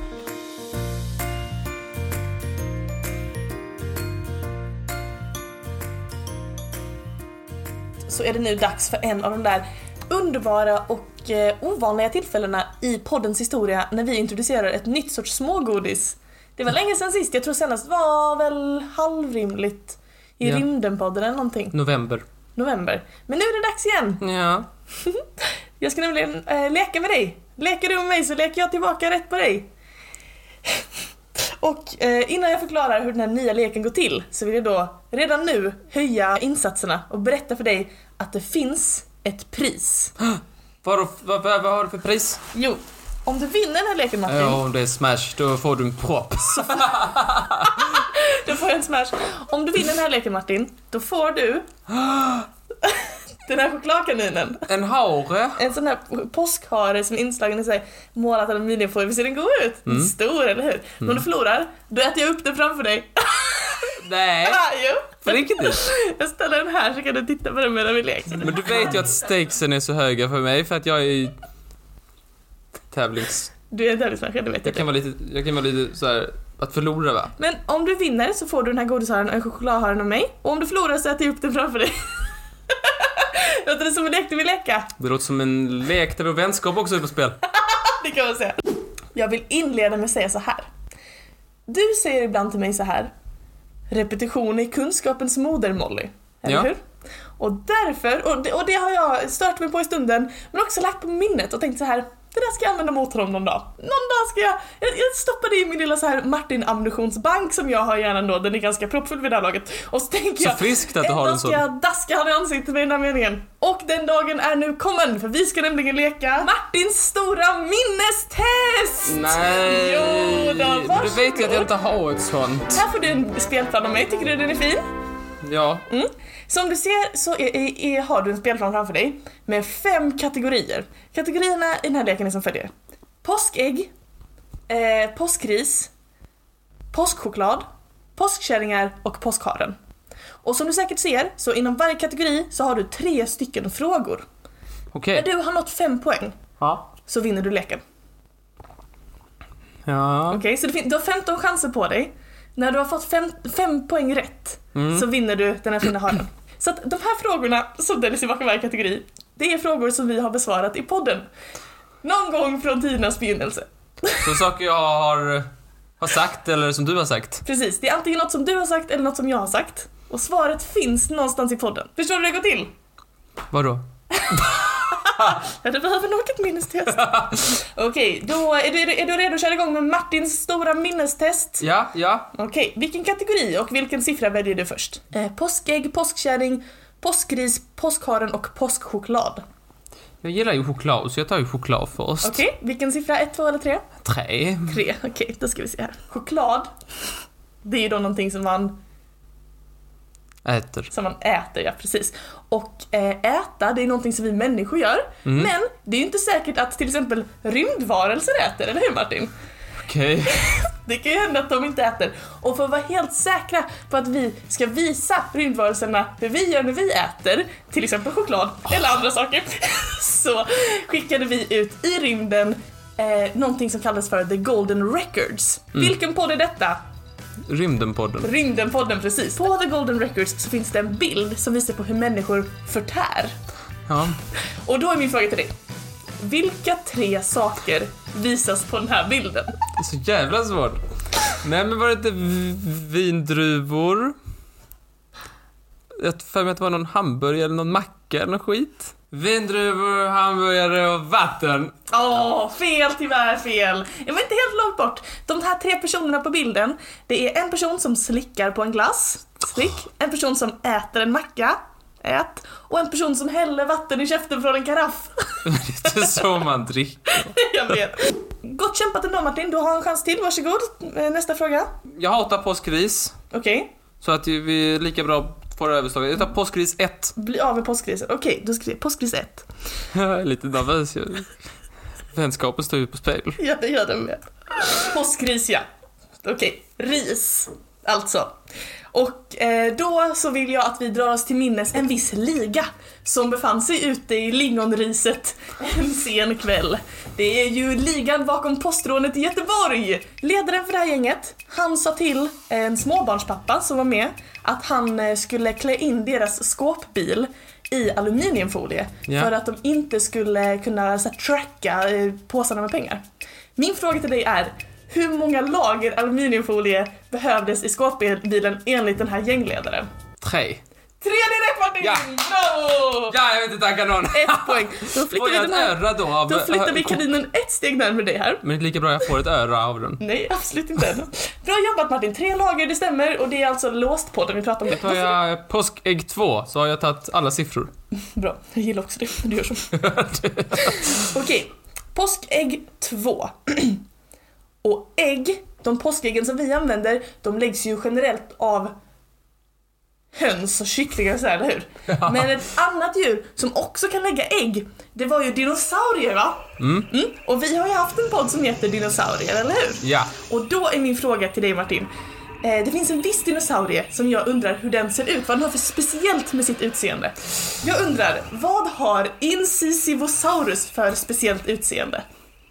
Så är det nu dags för en av de där underbara och eh, ovanliga tillfällena i poddens historia när vi introducerar ett nytt sorts smågodis. Det var länge sedan sist, jag tror senast var väl halvrimligt i Ja. Rymdenpodden eller någonting. November. November. Men nu är det dags igen. Ja. Jag ska nämligen äh, leka med dig. Leker du med mig så leker jag tillbaka rätt på dig. Och eh, innan jag förklarar hur den här nya leken går till så vill jag då redan nu höja insatserna och berätta för dig att det finns ett pris. Vad, har du- vad, vad, vad har du för pris? Jo, om du vinner den här leken, Martin, Ja, om det är Smash, då får du en propp. då får jag en smash. Om du vinner den här leken, Martin, då får du den här chokladkaninen. En hare. En sån här påskhare som är inslagen i sig målat aluminiumfolie. Visst ser den god ut? Mm. Stor, eller hur? Men om du förlorar, då äter jag upp den framför dig. Nej, Ah, jo. på riktigt. Jag ställer den här så kan du titta på den medan vi leker. Men du vet ju att stakesen är så höga för mig för att jag är tävlings... Du är en tävlingsmänniska, det vet Jag jag. kan vara lite, jag kan vara lite så här att förlora, va? Men om du vinner så får du den här godisharen och en chokladharen av mig. Och om du förlorar så äter jag upp den framför dig. Låter det som en lek du vill leka? Det låter som en lek där vår vänskap också är på spel. Det kan man säga. Jag vill inleda med att säga så här. Du säger ibland till mig så här: repetition är kunskapens moder, Molly. Eller Ja. hur? Och därför, och det, och det har jag stört mig på i stunden, men också lagt på minnet och tänkt så här: det där ska jag använda mot honom någon dag. Någon dag ska jag... Jag, jag stoppar det i min lilla så här Martin-ammunitionsbank som jag har i hjärnan då. Den är ganska proppfull vid det här laget. Och så tänker Så jag... friskt att du har en en dag ska sån. jag daska han i ansiktet med den här meningen. Och den dagen är nu kommen, för vi ska nämligen leka Martins stora minnestest! Nej, Jo då, men du vet ju att jag inte har ett sånt. Här får du en spelplan av mig, tycker du den är fin? Ja, Mm. Som du ser så är, är, är, har du en spelplan framför dig med fem kategorier. Kategorierna i den här leken är som följer: påskägg, eh, påskris, påskchoklad, påskkärringar och påskharen. Och som du säkert ser så inom varje kategori så har du tre stycken frågor. okej. När du har nått fem poäng Ja. så vinner du leken. Ja. Okej, så du, fin- du har femton chanser på dig. När du har fått fem, fem poäng rätt så vinner du den här fina haren. Så att de här frågorna som döljer sig bakom varje kategori, det är frågor som vi har besvarat i podden. Någon gång från tidernas begynnelse. Så saker jag har, har sagt eller som du har sagt. Precis, det är antingen något som du har sagt eller något som jag har sagt. Och svaret finns någonstans i podden. Förstår du hur det går till? Vadå? Ja, du behöver nog ett minnestest. Okej, då är du, är du redo att köra igång med Martins stora minnestest? Ja, ja. Okej, vilken kategori och vilken siffra väljer du först? Eh, påskägg, påskkärring, påskgris, påskharen och påskchoklad. Jag gillar ju choklad så jag tar ju choklad först. Okej, vilken siffra? Ett, två eller tre? Tre. Tre, okej, då ska vi se här. Choklad, det är ju då någonting som man Äter. Som man äter, ja precis. Och äh, äta, det är någonting som vi människor gör. Mm. Men det är ju inte säkert att till exempel rymdvarelser äter, eller hur Martin? Okej. Okay. Det kan ju hända att de inte äter. Och för att vara helt säkra på att vi ska visa rymdvarelserna hur vi gör när vi äter, till exempel choklad eller andra saker, så skickade vi ut i rymden eh, någonting som kallas för The Golden Records. Mm. Vilken podd är detta? Rymdenpodden. Rymdenpodden, precis. På The Golden Records så finns det en bild som visar på hur människor förtär. Ja. Och då är min fråga till dig. Vilka tre saker visas på den här bilden? Det är så jävla svårt. Nej, men var det inte v- vindruvor? Jag för mig att det var någon hamburgare eller någon macka eller någon skit. Vindruvor, hamburgare och vatten. Åh, oh, fel tyvärr, fel. Jag var inte helt långt bort. De här tre personerna på bilden, det är en person som slickar på en glass, slick. En person som äter en macka, ät. Och en person som häller vatten i käften från en karaff. Det är inte så man dricker. Jag vet. Gott kämpat ändå Martin, du har en chans till, varsågod. Nästa fråga. Jag hatar påskris. Okej. Okay. Så att vi är lika bra på det överslaget. Jag tar påskris ett. Bli av med påskriset. Okej, okay, då skriver jag påskris ett. Jag är lite nervös. Vänskapen står ju på spel. Ja, det gör den med. Påskris, ja. Okej, okay. Ris. Alltså. Och eh, då så vill jag att vi drar oss till minnes en viss liga som befann sig ute i lingonriset en sen kväll. Det är ju ligan bakom postrånet i Göteborg. Ledaren för det här gänget, han sa till en småbarnspappa som var med att han skulle klä in deras skåpbil i aluminiumfolie, ja, för att de inte skulle kunna så här, tracka eh, påsarna med pengar. Min fråga till dig är: hur många lager aluminiumfolie behövdes i skåpbilen enligt den här gängledaren? Tre. Tre direkt, Martin! Ja. Bravo! Ja, jag vet inte tacka någon. Ett poäng. Då flyttar vi den här. Då, av, då flyttar vi kaninen ett steg närmare dig här. Men det är lika bra jag får ett öra av den. Nej, absolut inte. Bra jobbat Martin. Tre lager, det stämmer. Och det är alltså låst på den vi pratar om. Då tar jag påskägg två, så har jag tagit alla siffror. Bra, jag gillar också det. Du gör så. Okej, påskägg två. Och ägg, de påskäggen som vi använder, de läggs ju generellt av höns och kycklingar, så här, eller hur? Ja. Men ett annat djur som också kan lägga ägg, det var ju dinosaurier, va? Mm. Mm. Och vi har ju haft en podd som heter Dinosaurier, eller hur? Ja. Och då är min fråga till dig Martin. Eh, det finns en viss dinosaurie som jag undrar hur den ser ut, vad den har för speciellt med sitt utseende. Jag undrar, vad har Incisivosaurus för speciellt utseende?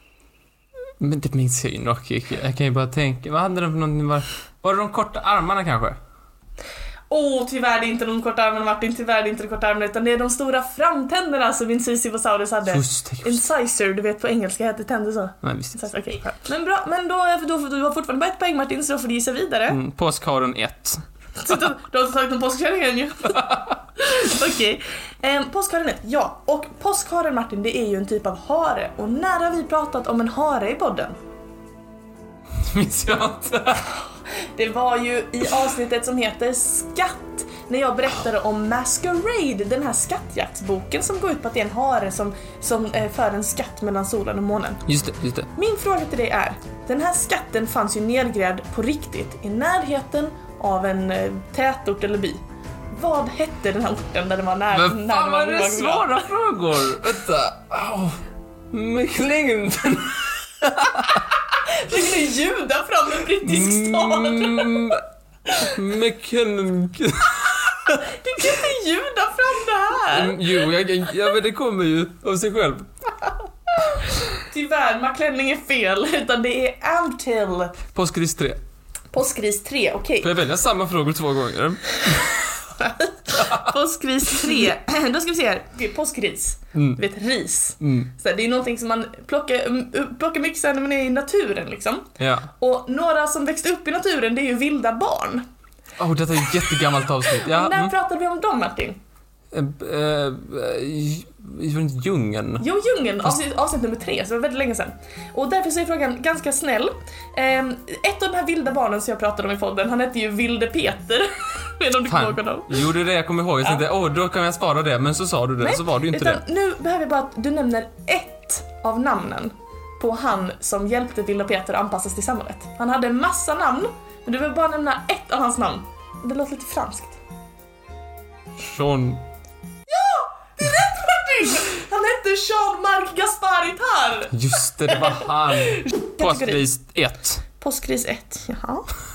Men det minns jag ju nog. Jag kan ju bara tänka, vad hade den för någonting? Var, var det de korta armarna kanske? Åh, oh, tyvärr det är inte de korta armarna, Martin. Tyvärr det är inte de korta armarna, utan det är de stora framtänderna som Incisivosaurus hade. Just det, just det. Incisor, du vet på engelska heter tänder så. Nej, visst inte. Okej. Okay. Men bra, men då, då, då du har fortfarande bara ett poäng Martin, så då får du gissa vidare. Mm, påskharen ett. Så du, du har tagit en påskkärringen ju. Okej. Okay. Um, påskharen ett, ja. Och påskharen Martin, det är ju en typ av hare. Och när har vi pratat om en hare i podden? Minns jag inte. Det var ju i avsnittet som heter Skatt, när jag berättade om Masquerade, den här skattjaktsboken som går ut på att det är en hare som, som eh, för en skatt mellan solen och månen. Just det, just det. Min fråga till dig är, den här skatten fanns ju nedgrävd på riktigt i närheten av en eh, tätort eller by. Vad hette den här orten där det var nära? Men när fan, var det var svåra frågor? Vänta. Oh. McLingen. Du kunde ljuda fram en brittisk stad. Mm, McKinnon. Du kan inte ljuda fram det här. Mm, jo, jag, ja, men det kommer ju av sig själv. Tyvärr, McLenning är fel, utan det är Amtil. Påskris tre. Påskris tre, okej. Okay. Får jag välja samma frågor två gånger? Påskris tre. Då ska vi se här. Påskris. Mm. Du vet, ris. Mm. Så det är någonting som man plockar, plockar mycket när man är i naturen liksom. Ja. Och några som växte upp i naturen, det är ju vilda barn. Åh, oh, detta är ett jättegammalt avsnitt. Ja. När mm. pratade vi om dem, Martin? Uh, uh, uh, djungeln. Jo, djungeln, avsnitt, avsnitt nummer tre, så det var väldigt länge sedan. Och därför så är frågan ganska snäll. Um, ett av de här vilda barnen som jag pratade om i podden, han hette ju Vilde Peter. Vet om du kommer ihåg honom? Jo, det är det jag kommer ihåg. Jag tänkte, åh, ja. oh, då kan jag spara det. Men så sa du det, nej, så var det ju inte utan det. Nu behöver jag bara att du nämner ett av namnen på han som hjälpte Vilde Peter att anpassas till samhället. Han hade en massa namn, men du vill bara nämna ett av hans namn. Det låter lite franskt. Sean. Det är rätt, Martin! Han hette Jean-Marc Gasparitar. Just det, det var han. Påskgris ett. Påskgris ett, jaha.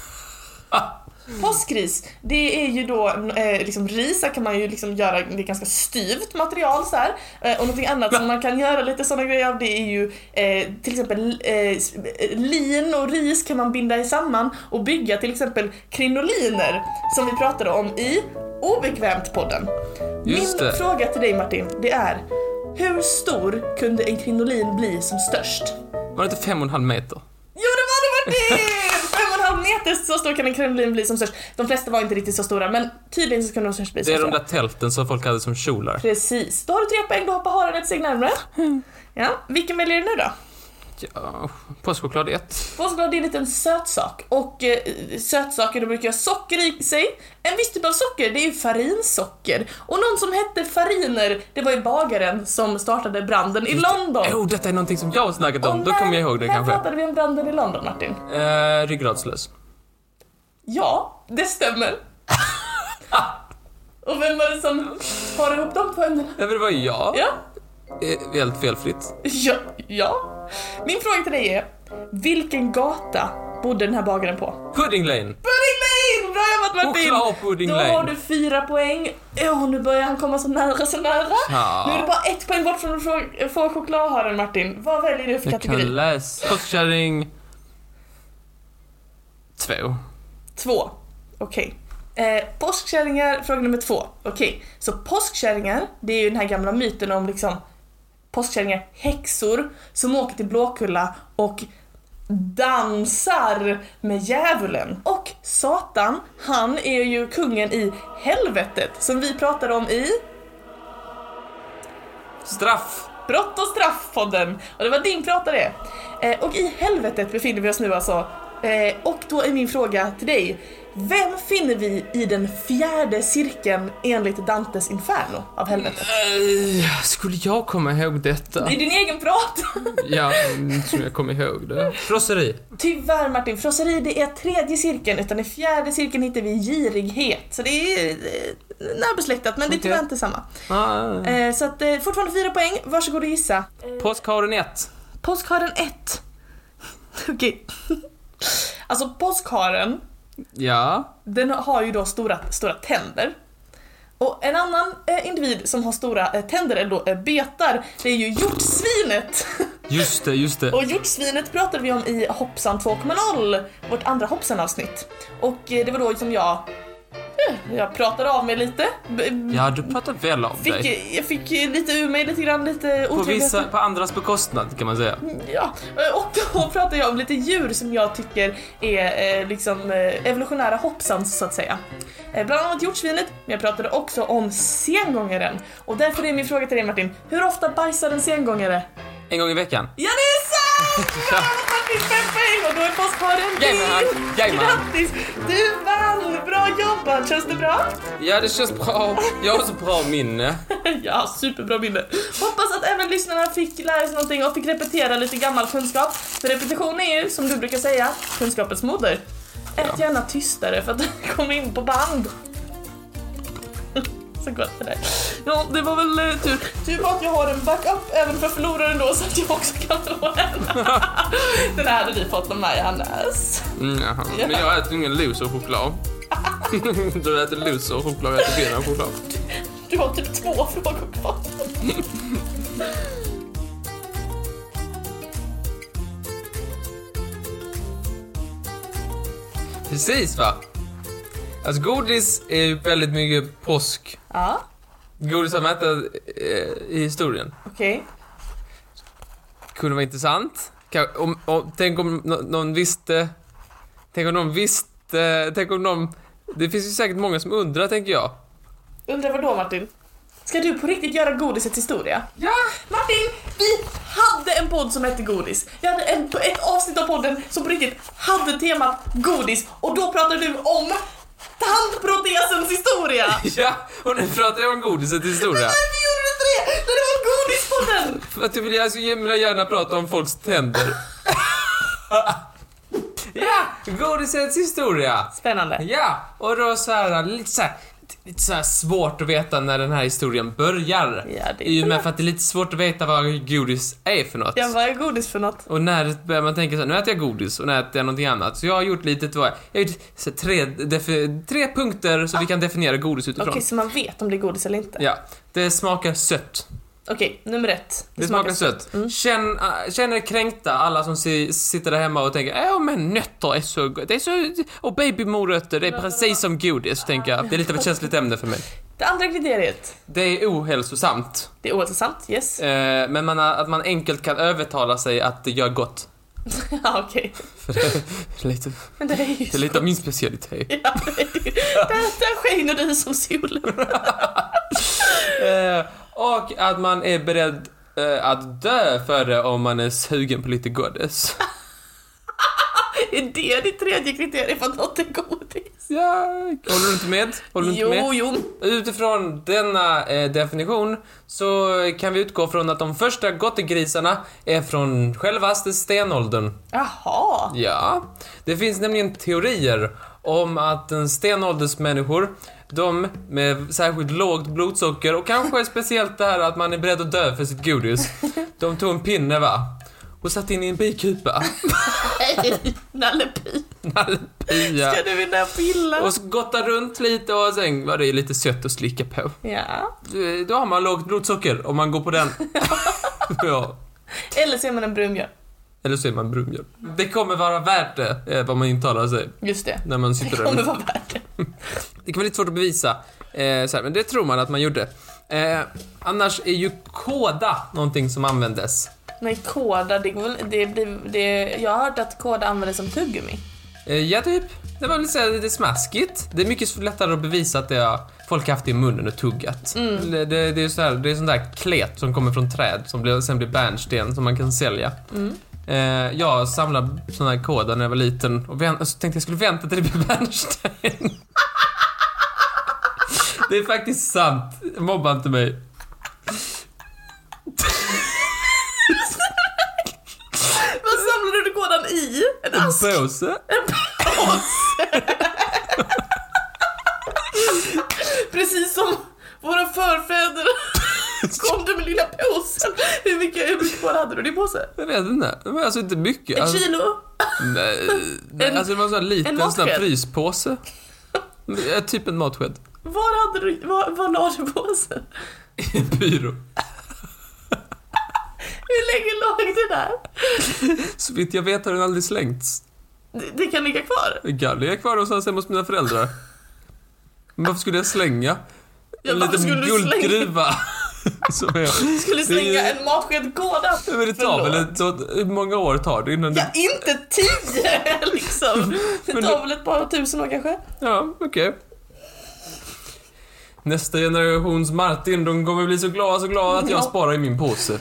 Påskris, det är ju då eh, liksom ris, där kan man ju liksom göra, det är ganska styvt material så här. Eh, och någonting annat som man kan göra lite sådana grejer av, det är ju eh, till exempel eh, lin och ris kan man binda i samman och bygga till exempel krinoliner som vi pratade om i Obekvämt-podden. Just Min det. fråga till dig, Martin, det är: hur stor kunde en krinolin bli som störst? Var det inte fem och en halv meter? Jo, det var det, Martin! Fem och en halv meter, så stor kan en krinolin bli som störst. De flesta var inte riktigt så stora, men tydligen så kunde de störst bli så Det är stora. de där tälten som folk hade som kjolar. Precis. Då har du tre poäng, då hoppar haren ett steg närmare. Ja, vilken väljer du nu då? Ja, påskchoklad ett. Påskchoklad är en liten sötsak. Och eh, sötsaker, då brukar ha socker i sig. En viss typ av socker, det är ju farinsocker. Och någon som hette Fariner, det var ju bagaren som startade branden i London. Åh, oh, detta är någonting som jag har snackat om. Och Då när- kommer jag ihåg det när kanske. När pratade vi om branden i London, Martin? Eh, ryggradslös. Ja, det stämmer. Och vem var det som har ihop de två ämnena? Ja, men det var jag. Ja. Eh, helt felfritt. Ja, ja. Min fråga till dig är: vilken gata bodde den här bagaren på? Pudding Lane. Pudding Lane! Bra jobbat, Martin! Choklad Pudding Då Lane. har du fyra poäng. Ja, nu börjar han komma så nära, så nära. Ja. Nu är det bara ett poäng bort från att få, få chokladharen, Martin. Vad väljer du för Jag kategori? kan läsa. Påskkärring. Två. Två. Okej. Eh, påskkärringar, fråga nummer två. Okej, så påskkärringar, det är ju den här gamla myten om liksom påskkärringar, häxor som åker till Blåkulla och dansar med djävulen. Och Satan, han är ju kungen i helvetet som vi pratade om i Straff. Brott och straff-podden. Och det var din pratare. Eh, och i helvetet befinner vi oss nu alltså. Eh, och då är min fråga till dig: vem finner vi i den fjärde cirkeln enligt Dantes Inferno av helvetet? Eh, skulle jag komma ihåg detta? I din egen prat. Ja, som jag kommer ihåg det. Frosseri. Tyvärr, Martin, frosseri, det är tredje cirkeln, utan i fjärde cirkeln hittar vi girighet. Så det är eh, närbesläktat, men det är Okej. tyvärr inte samma. Ah. Eh, så att, eh, fortfarande fyra poäng, varsågod och gissa. Påskharen ett. Påskharen ett. Okej. Alltså påskharen, Ja. den har ju då stora, stora tänder. Och en annan eh, individ som har stora eh, tänder, eller då eh, betar, det är ju hjortsvinet. Just det, just det. Och hjortsvinet pratade vi om i Hoppsan två punkt noll, vårt andra Hoppsan-avsnitt. Och eh, det var då som jag eh, jag pratade av mig lite. B- Ja, du pratar väl om fick, dig. Jag fick eh, lite ur mig, lite grann, lite På, otrevligt. vissa, på andras bekostnad kan man säga. Ja, och då pratar jag om lite djur som jag tycker är eh, liksom eh, evolutionära hoppsans, så att säga. Eh, bland annat hjortsvinet, men jag pratade också om sengångaren. Och därför är min fråga till dig, Martin: hur ofta bajsar en sengångare? En gång i veckan. Ja, det är sant! Bra, Martin, fem poäng, och då är påskharen Jajamän, jajamän. Grattis! Du vann! Bra jobbat! Känns det bra? Ja, det känns bra. Jag har så bra minne. Ja, superbra minne. Hoppas att även lyssnarna fick lära sig någonting och fick repetera lite gammal kunskap. För repetition är ju, som du brukar säga, kunskapens moder. Ät gärna tystare för att det kommer in på band. Så gott för dig. Ja, det var väl eh, tur. Tur på att jag har en backup även för förloraren då, så att jag också kan få en. Den här hade vi fått av mig, Hannes. Mm, jaha. Men jag äter ingen loser-choklad. Du äter loser-choklad och jag äter bena-choklad. Du har typ två frågor kvar. Precis, va? Alltså, godis är ju väldigt mycket påsk. Ja, Godis har man ätit eh, i historien. okej. Kunde vara intressant. Kan, om, om, tänk om nå- någon visste... Tänk om någon visste... Tänk om någon... Det finns ju säkert många som undrar, tänker jag. Undrar vad då, Martin? Ska du på riktigt göra godisets historia? Ja! Martin, vi hade en podd som hette Godis. Vi hade en, ett avsnitt av podden som på riktigt hade temat godis. Och då pratade du om tandprotesens historia. Ja, och nu pratar jag om godisets historia. Varför gjorde du inte det? När det var godispodden. För att jag vill alltså gärna, gärna prata om folks tänder. Ja, godisets historia. Spännande. Ja, och då så här, lite så här, Det är lite så här svårt att veta när den här historien börjar. Ja, det är I och för med något. för att det är lite svårt att veta vad godis är för något. Ja, vad är godis för något? Och när börjar man tänka så här, nu äter jag godis och när äter jag någonting annat. Så jag har gjort lite, jag har gjort så tre, defi, tre punkter så ah. vi kan definiera godis utifrån. Okej, så man vet om det är godis eller inte? Ja, det smakar sött. Okej, nummer ett. Det, det smakar, smakar sött. sött. Mm. Känn, uh, känner kränkta alla som si, sitter där hemma och tänker, ja men nötter är så gott. Det är så, och babymorötter, det är precis som godis, tänker jag. Det är lite av ett känsligt ämne för mig. Det andra kriteriet. Det är ohälsosamt. Det är ohälsosamt, yes. Uh, men man, att man enkelt kan övertala sig att det gör gott. Ja, okej. För det är lite, men det är, ju det är lite av min specialitet. Ja, det är ju, där, där skiner du som solen. uh, Och att man är beredd uh, att dö för det om man är sugen på lite godis. Är det ditt tredje kriterium för att något är godis? Ja, håller du inte med? Håller du jo, inte med? jo. Utifrån denna eh, definition så kan vi utgå från att de första gottegrisarna är från självaste stenåldern. Jaha. Ja, det finns nämligen teorier om att en stenåldersmänniskor, de med särskilt lågt blodsocker och kanske speciellt det här att man är beredd att dö för sitt godis, de tog en pinne va och satt in i en bikupa. Nej, nallepi. Nallepi, ja. Ska du vinna pilla? Och gotta runt lite och sen var det lite sött att slicka på. Ja. Då har man lågt blodsocker om man går på den. Ja. Eller så är man en brunmjöl. Eller så är man brunmjöl. Det kommer vara värt det, vad man intalar sig. Just det. När man sitter det kommer där. Vara värt det. Det kan vara lite svårt att bevisa. Eh, så här, men det tror man att man gjorde. Eh, annars är ju koda någonting som användes. Nej, koda, det, det blir, det, jag har hört att koda användes som tuggummi. Eh, ja, typ. Det var lite, lite smaskigt. Det är mycket lättare att bevisa att det har folk haft i munnen och tuggat. Mm. Det, det, det är så här, det är sån där klet som kommer från träd som blir, sen blir bärnsten som man kan sälja. Mm. Eh, jag samlade såna här koda när jag var liten och, vänt, och så tänkte jag skulle vänta till det blev bärnsten. Det är faktiskt sant. Mobba inte mig. Vad samlade du kodan i? En ask? En påse. En påse. Precis som våra förfäder kom du med lilla påsen. Hur mycket, hur mycket kod hade du i din påse? Jag vet inte. Det var alltså inte mycket. Ett alltså, kilo? Nej, nej en, alltså det var en sån här liten en sån här fryspåse. Typ en matsked. Var hade du, var, var la du påsen? I en byrå. Hur länge låg det där? Så vitt jag vet har den aldrig slängts. Det, det kan ligga kvar? Det kan ligga kvar någonstans hemma hos mina föräldrar. Men varför skulle jag slänga? Ja, en liten guldgruva. Som jag, skulle slänga ju, en matsked koda. Men det tar väl ett, hur många år tar det innan ja, det... inte tio liksom. Det tar väl ett par tusen år kanske. Ja, okej. Okay. Nästa generations Martin, de kommer bli så glada, så glada att jag ja. sparar i min påse.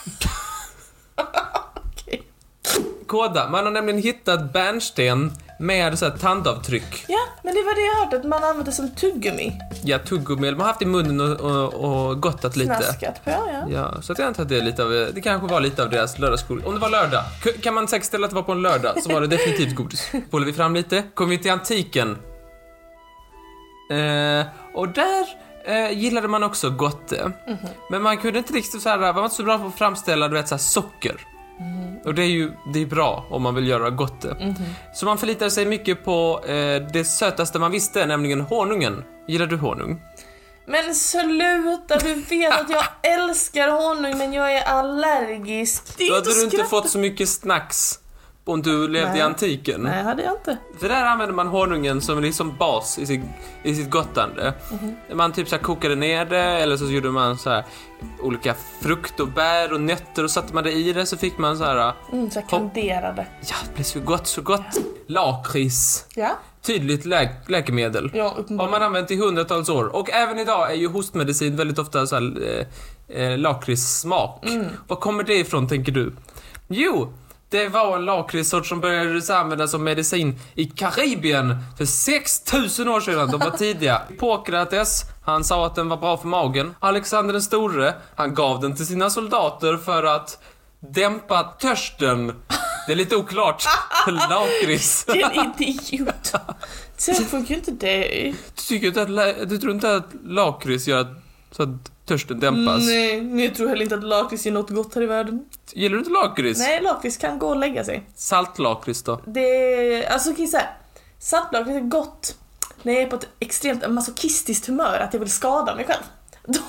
Okay. Koda, man har nämligen hittat bärnsten med så här tandavtryck. Ja, men det var det jag hörde, att man använder som tuggummi. Ja, tuggummi, man har haft i munnen och, och, och gottat lite. Snaskat på, ja. Ja, så att jag antar att det är lite av, det kanske var lite av deras lördagsgodis. Om det var lördag, kan man säkerställa att det var på en lördag, så var det definitivt godis. Håller vi fram lite, kommer vi till antiken. Eh, och där eh, gillade man också gotte. Mm-hmm. Men man kunde inte riktigt så här, var man inte så bra på att framställa, du vet, så här socker. Mm. Och det är ju det är bra om man vill göra gotte. Mm-hmm. Så man förlitade sig mycket på eh, det sötaste man visste, nämligen honungen. Gillar du honung? Men sluta, du vet att jag älskar honung, men jag är allergisk. Då hade du inte fått så mycket snacks om du levde Nej. i antiken. Nej, hade jag inte. För där använder man honungen som liksom bas i sitt, i sitt gottande. Mm-hmm. Man typ så här kokade ner det, eller så gjorde man så här olika frukt och bär och nötter och satte man det i det, så fick man så här... Mm, så här kanderade. Ja, det blev så gott, så gott. Ja. Lakrits. Ja. Tydligt lä- läkemedel. Ja, uppenbarligen. Har man använt i hundratals år. Och även idag är ju hostmedicin väldigt ofta så här, eh, eh, lakritssmak. Mm. Var kommer det ifrån, tänker du? Jo, det var en lakritssort som började användas som medicin i Karibien för sex tusen år sedan. De var tidiga. Hippokrates, han sa att den var bra för magen. Alexander den store, han gav den till sina soldater för att dämpa törsten. Det är lite oklart. Lakrits. Det är en idiot. Så funkar ju inte det. Du, tycker inte att, la- du tror inte att lakrits gör att, så att törsten dämpas? Nej, men jag tror heller inte att lakrits är något gott här i världen. Gillar du inte lakrits? Nej, lakrits kan gå och lägga sig. Saltlakrits då? Det är, alltså kan jag säga, saltlakrits är gott när jag är på ett extremt masochistiskt humör, att jag vill skada mig själv. Då...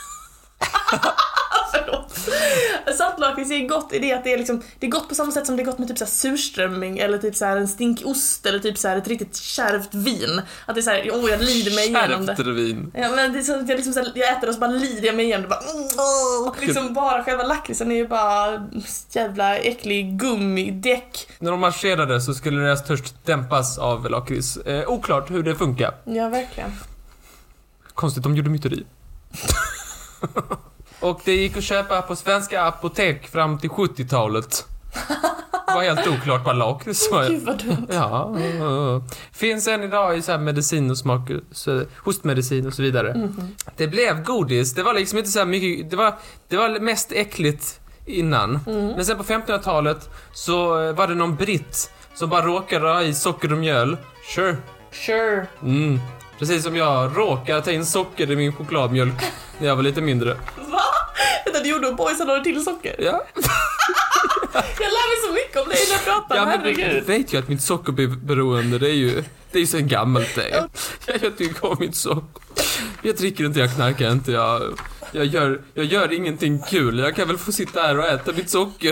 Förlåt. Saltlakrits är gott i det att det är liksom, det är gott på samma sätt som det är gott med typ så här surströmming eller typ så här en stinkost eller typ så här ett riktigt kärvt vin. Att det är så här, åh jag lider mig igenom det. Kärvt vin. Ja, men det är så att jag liksom så här, jag äter och så bara lider jag mig igenom det bara. Mm, liksom bara själva lakritsen är ju bara jävla äcklig gummidäck. När de marscherade så skulle deras törst dämpas av lakrits. Eh, oklart hur det funkar. Ja, verkligen. Konstigt, de gjorde myteri. Och det gick att köpa på svenska apotek fram till sjuttiotalet. Det var helt oklart vad lakrits var. Gud vad dumt. Ja, uh, finns än idag i så här medicin och smak, så, hostmedicin och så vidare. Mm-hmm. Det blev godis. Det var liksom inte så här mycket. Det var, det var mest äckligt innan. Mm. Men sen på femtonhundratalet så var det någon britt som bara råkade ha i socker och mjöl. Sure. Sure. Mm. Precis som jag råkade ta in socker i min chokladmjölk när jag var lite mindre. Va? Vänta, du gjorde och boysen la till socker? Ja. Jag lär mig så mycket om dig när jag pratar, Ja, men du herregud. vet ju att mitt sockerberoende, det är ju det är ju så gammalt det. Jag, jag tycker om mitt socker. Jag dricker inte, jag knarkar inte, jag, jag, gör, jag gör ingenting kul. Jag kan väl få sitta här och äta mitt socker.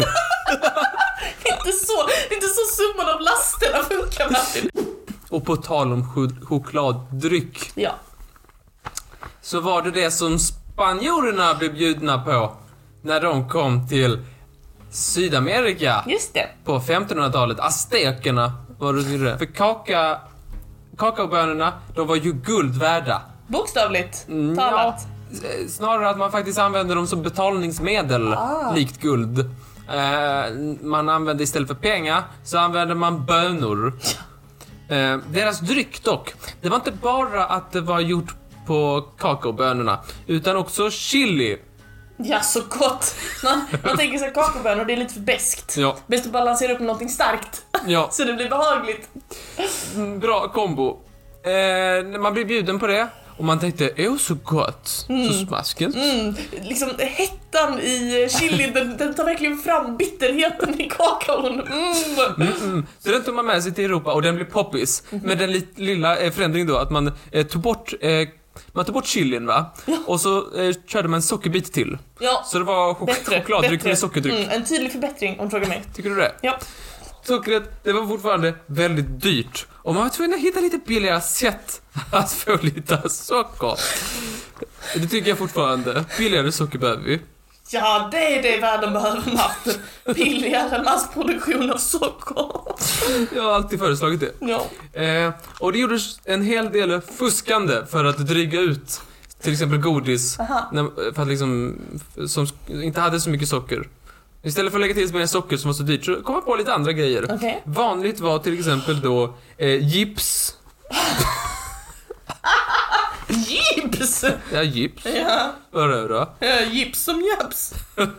Inte så, inte så summan av lasterna funkar, Martin. Och på tal om ch- chokladdryck Ja. så var det det som spanjorerna blev bjudna på när de kom till Sydamerika. Just det. På femtonhundratalet, aztekerna var det. För kaka, kakaobönorna, de var ju guld värda. Bokstavligt Mm, talat. Ja, snarare att man faktiskt använde dem som betalningsmedel, Ah. likt guld. Eh, man använde istället för pengar så använde man bönor. Eh, deras dryck dock, det var inte bara att det var gjort på kakaobönorna utan också chili. Ja, så gott. Man, man tänker sig kakaobönor, det är lite för beskt. Ja. Bäst att balansera upp med någonting starkt. Ja. Så det blir behagligt. Bra kombo. Eh, man blev bjuden på det och man tänkte, åh så gott, mm. så smaskigt. Mm, liksom hettan i chili, den, den tar verkligen fram bitterheten i kakaon. Mm. Mm, mm. Så den tog man med sig till Europa och den blev poppis. Mm. Men den li- lilla eh, förändringen då att man eh, tog bort eh, man tog bort chilin, va? Ja. Och så eh, körde man en sockerbit till. Ja. Så det var chok- Bättre, chokladdryck bättre. med sockerdryck. Mm, en tydlig förbättring, om du frågar mig. Tycker du det? Ja. Sockret, det var fortfarande väldigt dyrt. Och man var tvungen att hitta lite billigare sätt att få lite socker. Det tycker jag fortfarande. Billigare socker behöver vi. Ja, det är det världen behöver, Martin. Billigare massproduktion av socker. Jag har alltid föreslagit det. Ja. Eh, och det gjordes en hel del fuskande för att dryga ut till exempel godis. Aha. När, för att liksom, som inte hade så mycket socker. Istället för att lägga till mer socker som var så dyrt så kom man på lite andra grejer. Okay. Vanligt var till exempel då eh, gips. Gips! Ja, gips. Ja. Vad är det då? Ja, gips som japs.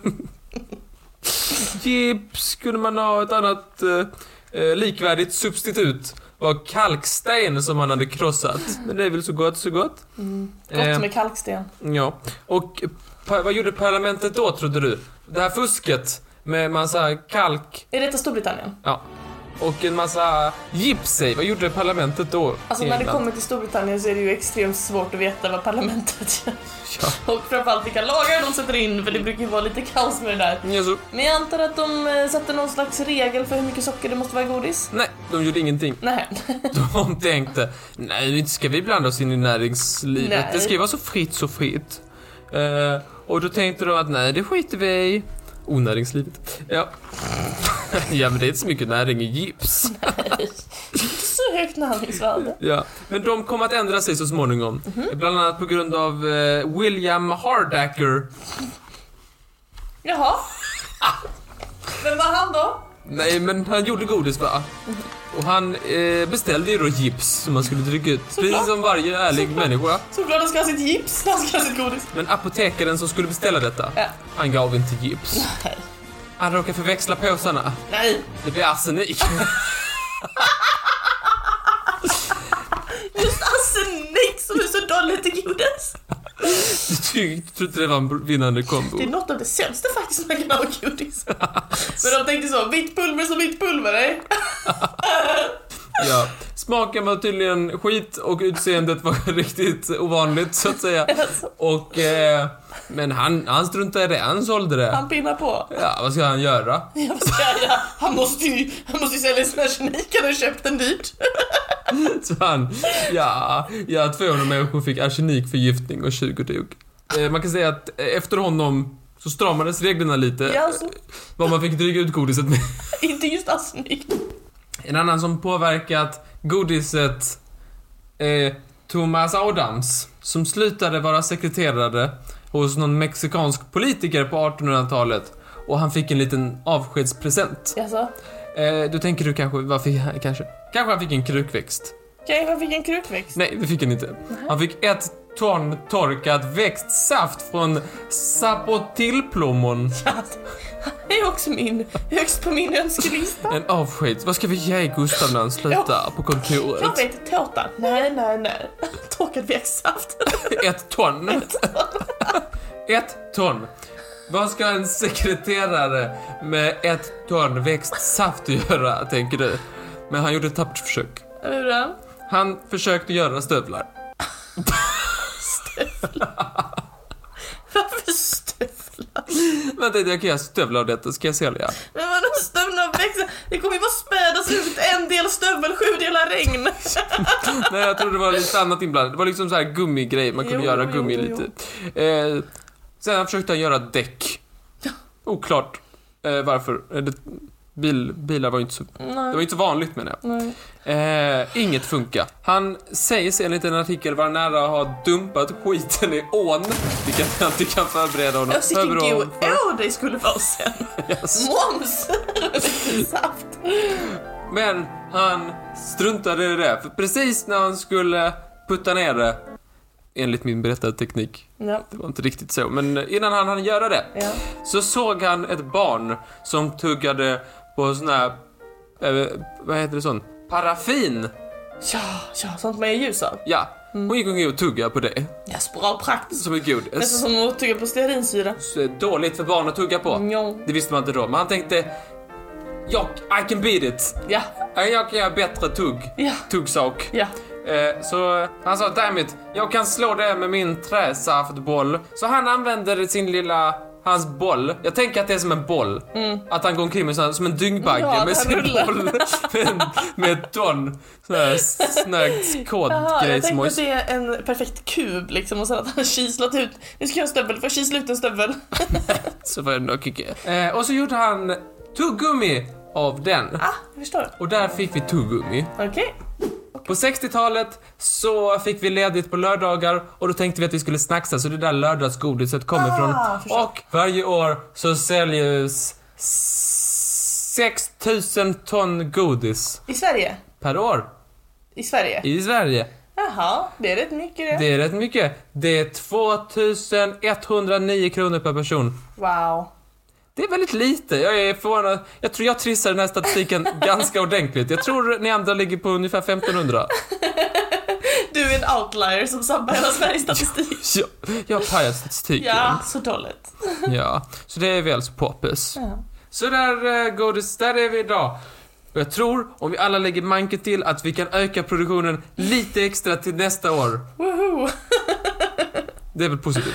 Gips kunde man ha ett annat eh, eh, likvärdigt substitut var kalksten som man hade krossat. Men det är väl så gott, så gott. Mm. Gott Eh, med kalksten. Ja. Och pa- vad gjorde parlamentet då, trodde du? Det här fusket med massa kalk, Är detta Storbritannien? ja, och en massa gips i. Vad gjorde parlamentet då? Alltså i när det England? kommer till Storbritannien så är det ju extremt svårt att veta vad parlamentet gör. Ja. Och framförallt vilka lagar de sätter in, för det brukar ju vara lite kaos med det där. Ja, så, Men jag antar att de eh, satte någon slags regel för hur mycket socker det måste vara i godis? nej, de gjorde ingenting. Nej. De tänkte, nej, inte ska vi blanda oss in i näringslivet. Nej. Det ska ju vara så fritt, så fritt. Eh, och då tänkte de att nej, det skiter vi i. Onäringslivet. Ja. Ja, men det är inte så mycket näring i gips. Nej. Så högt näringsvärde. Ja, men de kom att ändra sig så småningom. Mm-hmm. Bland annat på grund av eh, William Hardacker. Jaha. Vem var han då? Nej, men han gjorde godis, va? Och han eh, beställde ju då gips som man skulle trycka ut. Precis som varje ärlig människa. Såklart han ska ha sitt gips när han ska ha sitt godis. Men apotekaren som skulle beställa detta, Ja. han gav inte gips. Nej. Han råkar förväxla påsarna. Nej. Det blir arsenik. Just arsenik som är så dåligt i godis. Du tyckte inte det var en vinnande kombo. Det är något av det sämsta faktiskt man kan ha godis. Men de tänkte så, vitt pulver som vitt pulver, nej? Ja, smaken var tydligen skit och utseendet var riktigt ovanligt så att säga. Och, eh, men han, han struntade i det, han sålde det. Han pinnar på. Ja, vad ska han göra? Ja, vad ska jag göra? Han måste ju, han måste ju sälja sin arsenik, han har köpt den dyrt. Så han, ja, ja tvåhundra människor fick arsenikförgiftning och tjugo dog. Eh, man kan säga att efter honom så stramades reglerna lite. Ja, alltså. Vad man fick dryga ut godiset med. Inte just arsenik. En annan som påverkat godiset är Thomas Adams, som slutade vara sekreterare hos någon mexikansk politiker på artonhundratalet, och han fick en liten avskedspresent. Jaså? Eh, då tänker du kanske, vad fick han, kanske? Kanske han fick en krukväxt. Okej, vad fick en krukväxt? Nej, det fick han inte. Han fick ett ton torkad växtsaft från sapotillplommon. Ja, det är också min, högst på min önskelista. En avsked. Vad ska vi ge Gustav när han slutar Ja. på kontoret? Jag vet, tårta. Nej, nej, nej. Torkad växtsaft. Ett ton. Ett ton. Vad ska en sekreterare med ett ton växtsaft göra, tänker du? Men han gjorde ett tappert försök. Hur då? Han försökte göra stövlar. Stövlar? Varför stövlar? Vänta, jag kan göra stövlar av detta, ska jag sälja? Men vadå stövlar och växtsaft? Det kommer ju bara spädas ut en del stövel, sju delar regn. Nej, jag tror det var lite annat inblandat. Det var liksom så här gummigrej, man kunde Jo, göra jo, gummi jo, lite. Eh, sen försökte han göra däck. Oklart eh, varför. Eh, det, bil, bilar var ju inte så... Nej. Det var inte så vanligt, menar jag. Nej. Eh, inget funkar. Han sägs enligt en artikel vara nära att ha dumpat skiten i ån. Vilket jag inte kan förbereda honom. Jag vilken Förbereda god honom för. åh det skulle vara sen. Yes. Moms! Saft. Men han struntade i det. För precis när han skulle putta ner det, enligt min berättade teknik, Ja. det var inte riktigt så, men innan han hann göra det, Ja. så såg han ett barn som tuggade på sån här, eh, vad heter det sån? Paraffin. Ja, ja, sånt med ljus av. Ja, hon gick omkring och tuggade på det Ja, bra praktiskt. som ett godis. Nästan som att tugga på stearinsyra. Så dåligt för barn att tugga på. Ja. Det visste man inte då, men han tänkte, jag, I can beat it. Ja, Jag kan göra bättre tugg. ja, Tuggsak. ja. Eh, så han sa, damn it, jag kan slå det med min träsaftboll. Så han använder sin lilla, hans boll. Jag tänker att det är som en boll. Mm. Att han går omkring med sån, som en dyngbagge Ja, med han sin rullar. boll. med, med ett ton sån här snögg kod Jaha, grej jag som tänkte att det är en perfekt kub liksom, och sen att han har kislat ut. Nu ska jag ha en stövel, får jag kisla ut en stövel? så var det nog kicke. Eh, och så gjorde han tuggummi av den. Ah, jag förstår. Och där fick vi tuggummi. Okej. På sextiotalet så fick vi ledigt på lördagar, och då tänkte vi att vi skulle snacksa, så det där lördagsgodiset kommer Ah, från. förstår. Och varje år så säljs sex tusen ton godis I Sverige? per år I Sverige? i Sverige. Jaha, det är rätt mycket det. Det är rätt mycket. Det är tvåtusen etthundranio kronor per person. Wow. Det är väldigt lite. Jag är förvånad. Jag tror jag trissar den här statistiken ganska ordentligt. Jag tror ni andra ligger på ungefär femtonhundra. Du är en outlier som sabbar hela Sveriges statistik. Ja, jag har pajat statistiken. Ja, så dåligt. Ja, så det är väl så poppis. Ja. Så där, eh, godis, där är vi idag. Och jag tror, om vi alla lägger manken till, att vi kan öka produktionen lite extra till nästa år. Woho! Det är väl positivt?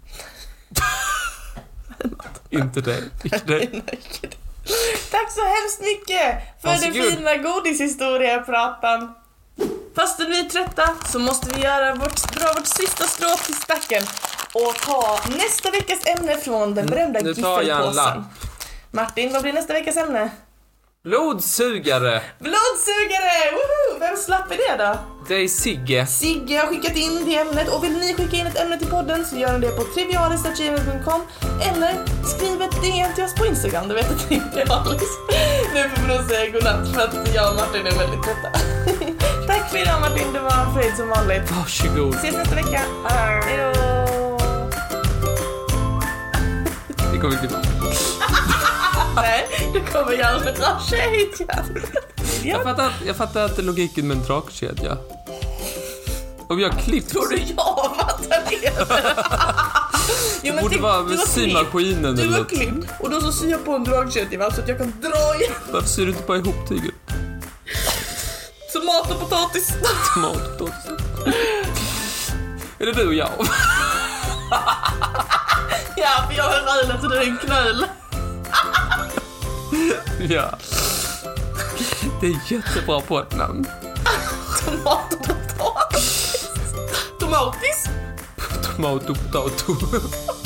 Inte det, inte det. Tack så hemskt mycket för Varsågod. den fina godishistoria-pratan. Fastän vi är trötta så måste vi göra vårt, dra vårt sista strå till stacken och ta nästa veckas ämne från den berömda nu tar jag en giffelpåsen. lapp. Martin, vad blir nästa veckas ämne? Blodsugare. Blodsugare! Woho! Vem slapp är det då? Det är Sigge. Sigge har skickat in det ämnet, och vill ni skicka in ett ämne till podden så gör ni det på trivialis snabel-a gmail punkt com eller skriv ett D M till oss på Instagram, det vet att det inte är Alice. Nu får vi nog säga godnatt för att jag och Martin är väldigt trötta. Tack för idag Martin, det var en fröjd som vanligt. Varsågod. Ses nästa vecka. Hejdå! Det kommer bli bra. Nej, det kommer göra med dragkedjan. Jag fattar, jag fattar inte logiken med en dragkedja. Om jag klippt... Tror du jag fattar det? Jo, Det borde tänk, vara du med har symaskinen Du eller har något. klippt och då så syr jag på en dragkedja va, så att jag kan dra igen Varför syr du inte bara ihop tyget? tomat och potatis. Tomat, potatis. Är det du och jag? Ja, för jag är rölet och du är en knöl. Ja. Det är jättebra poddnamn. Tomat och potatis. Tomatis. Tomat och potato.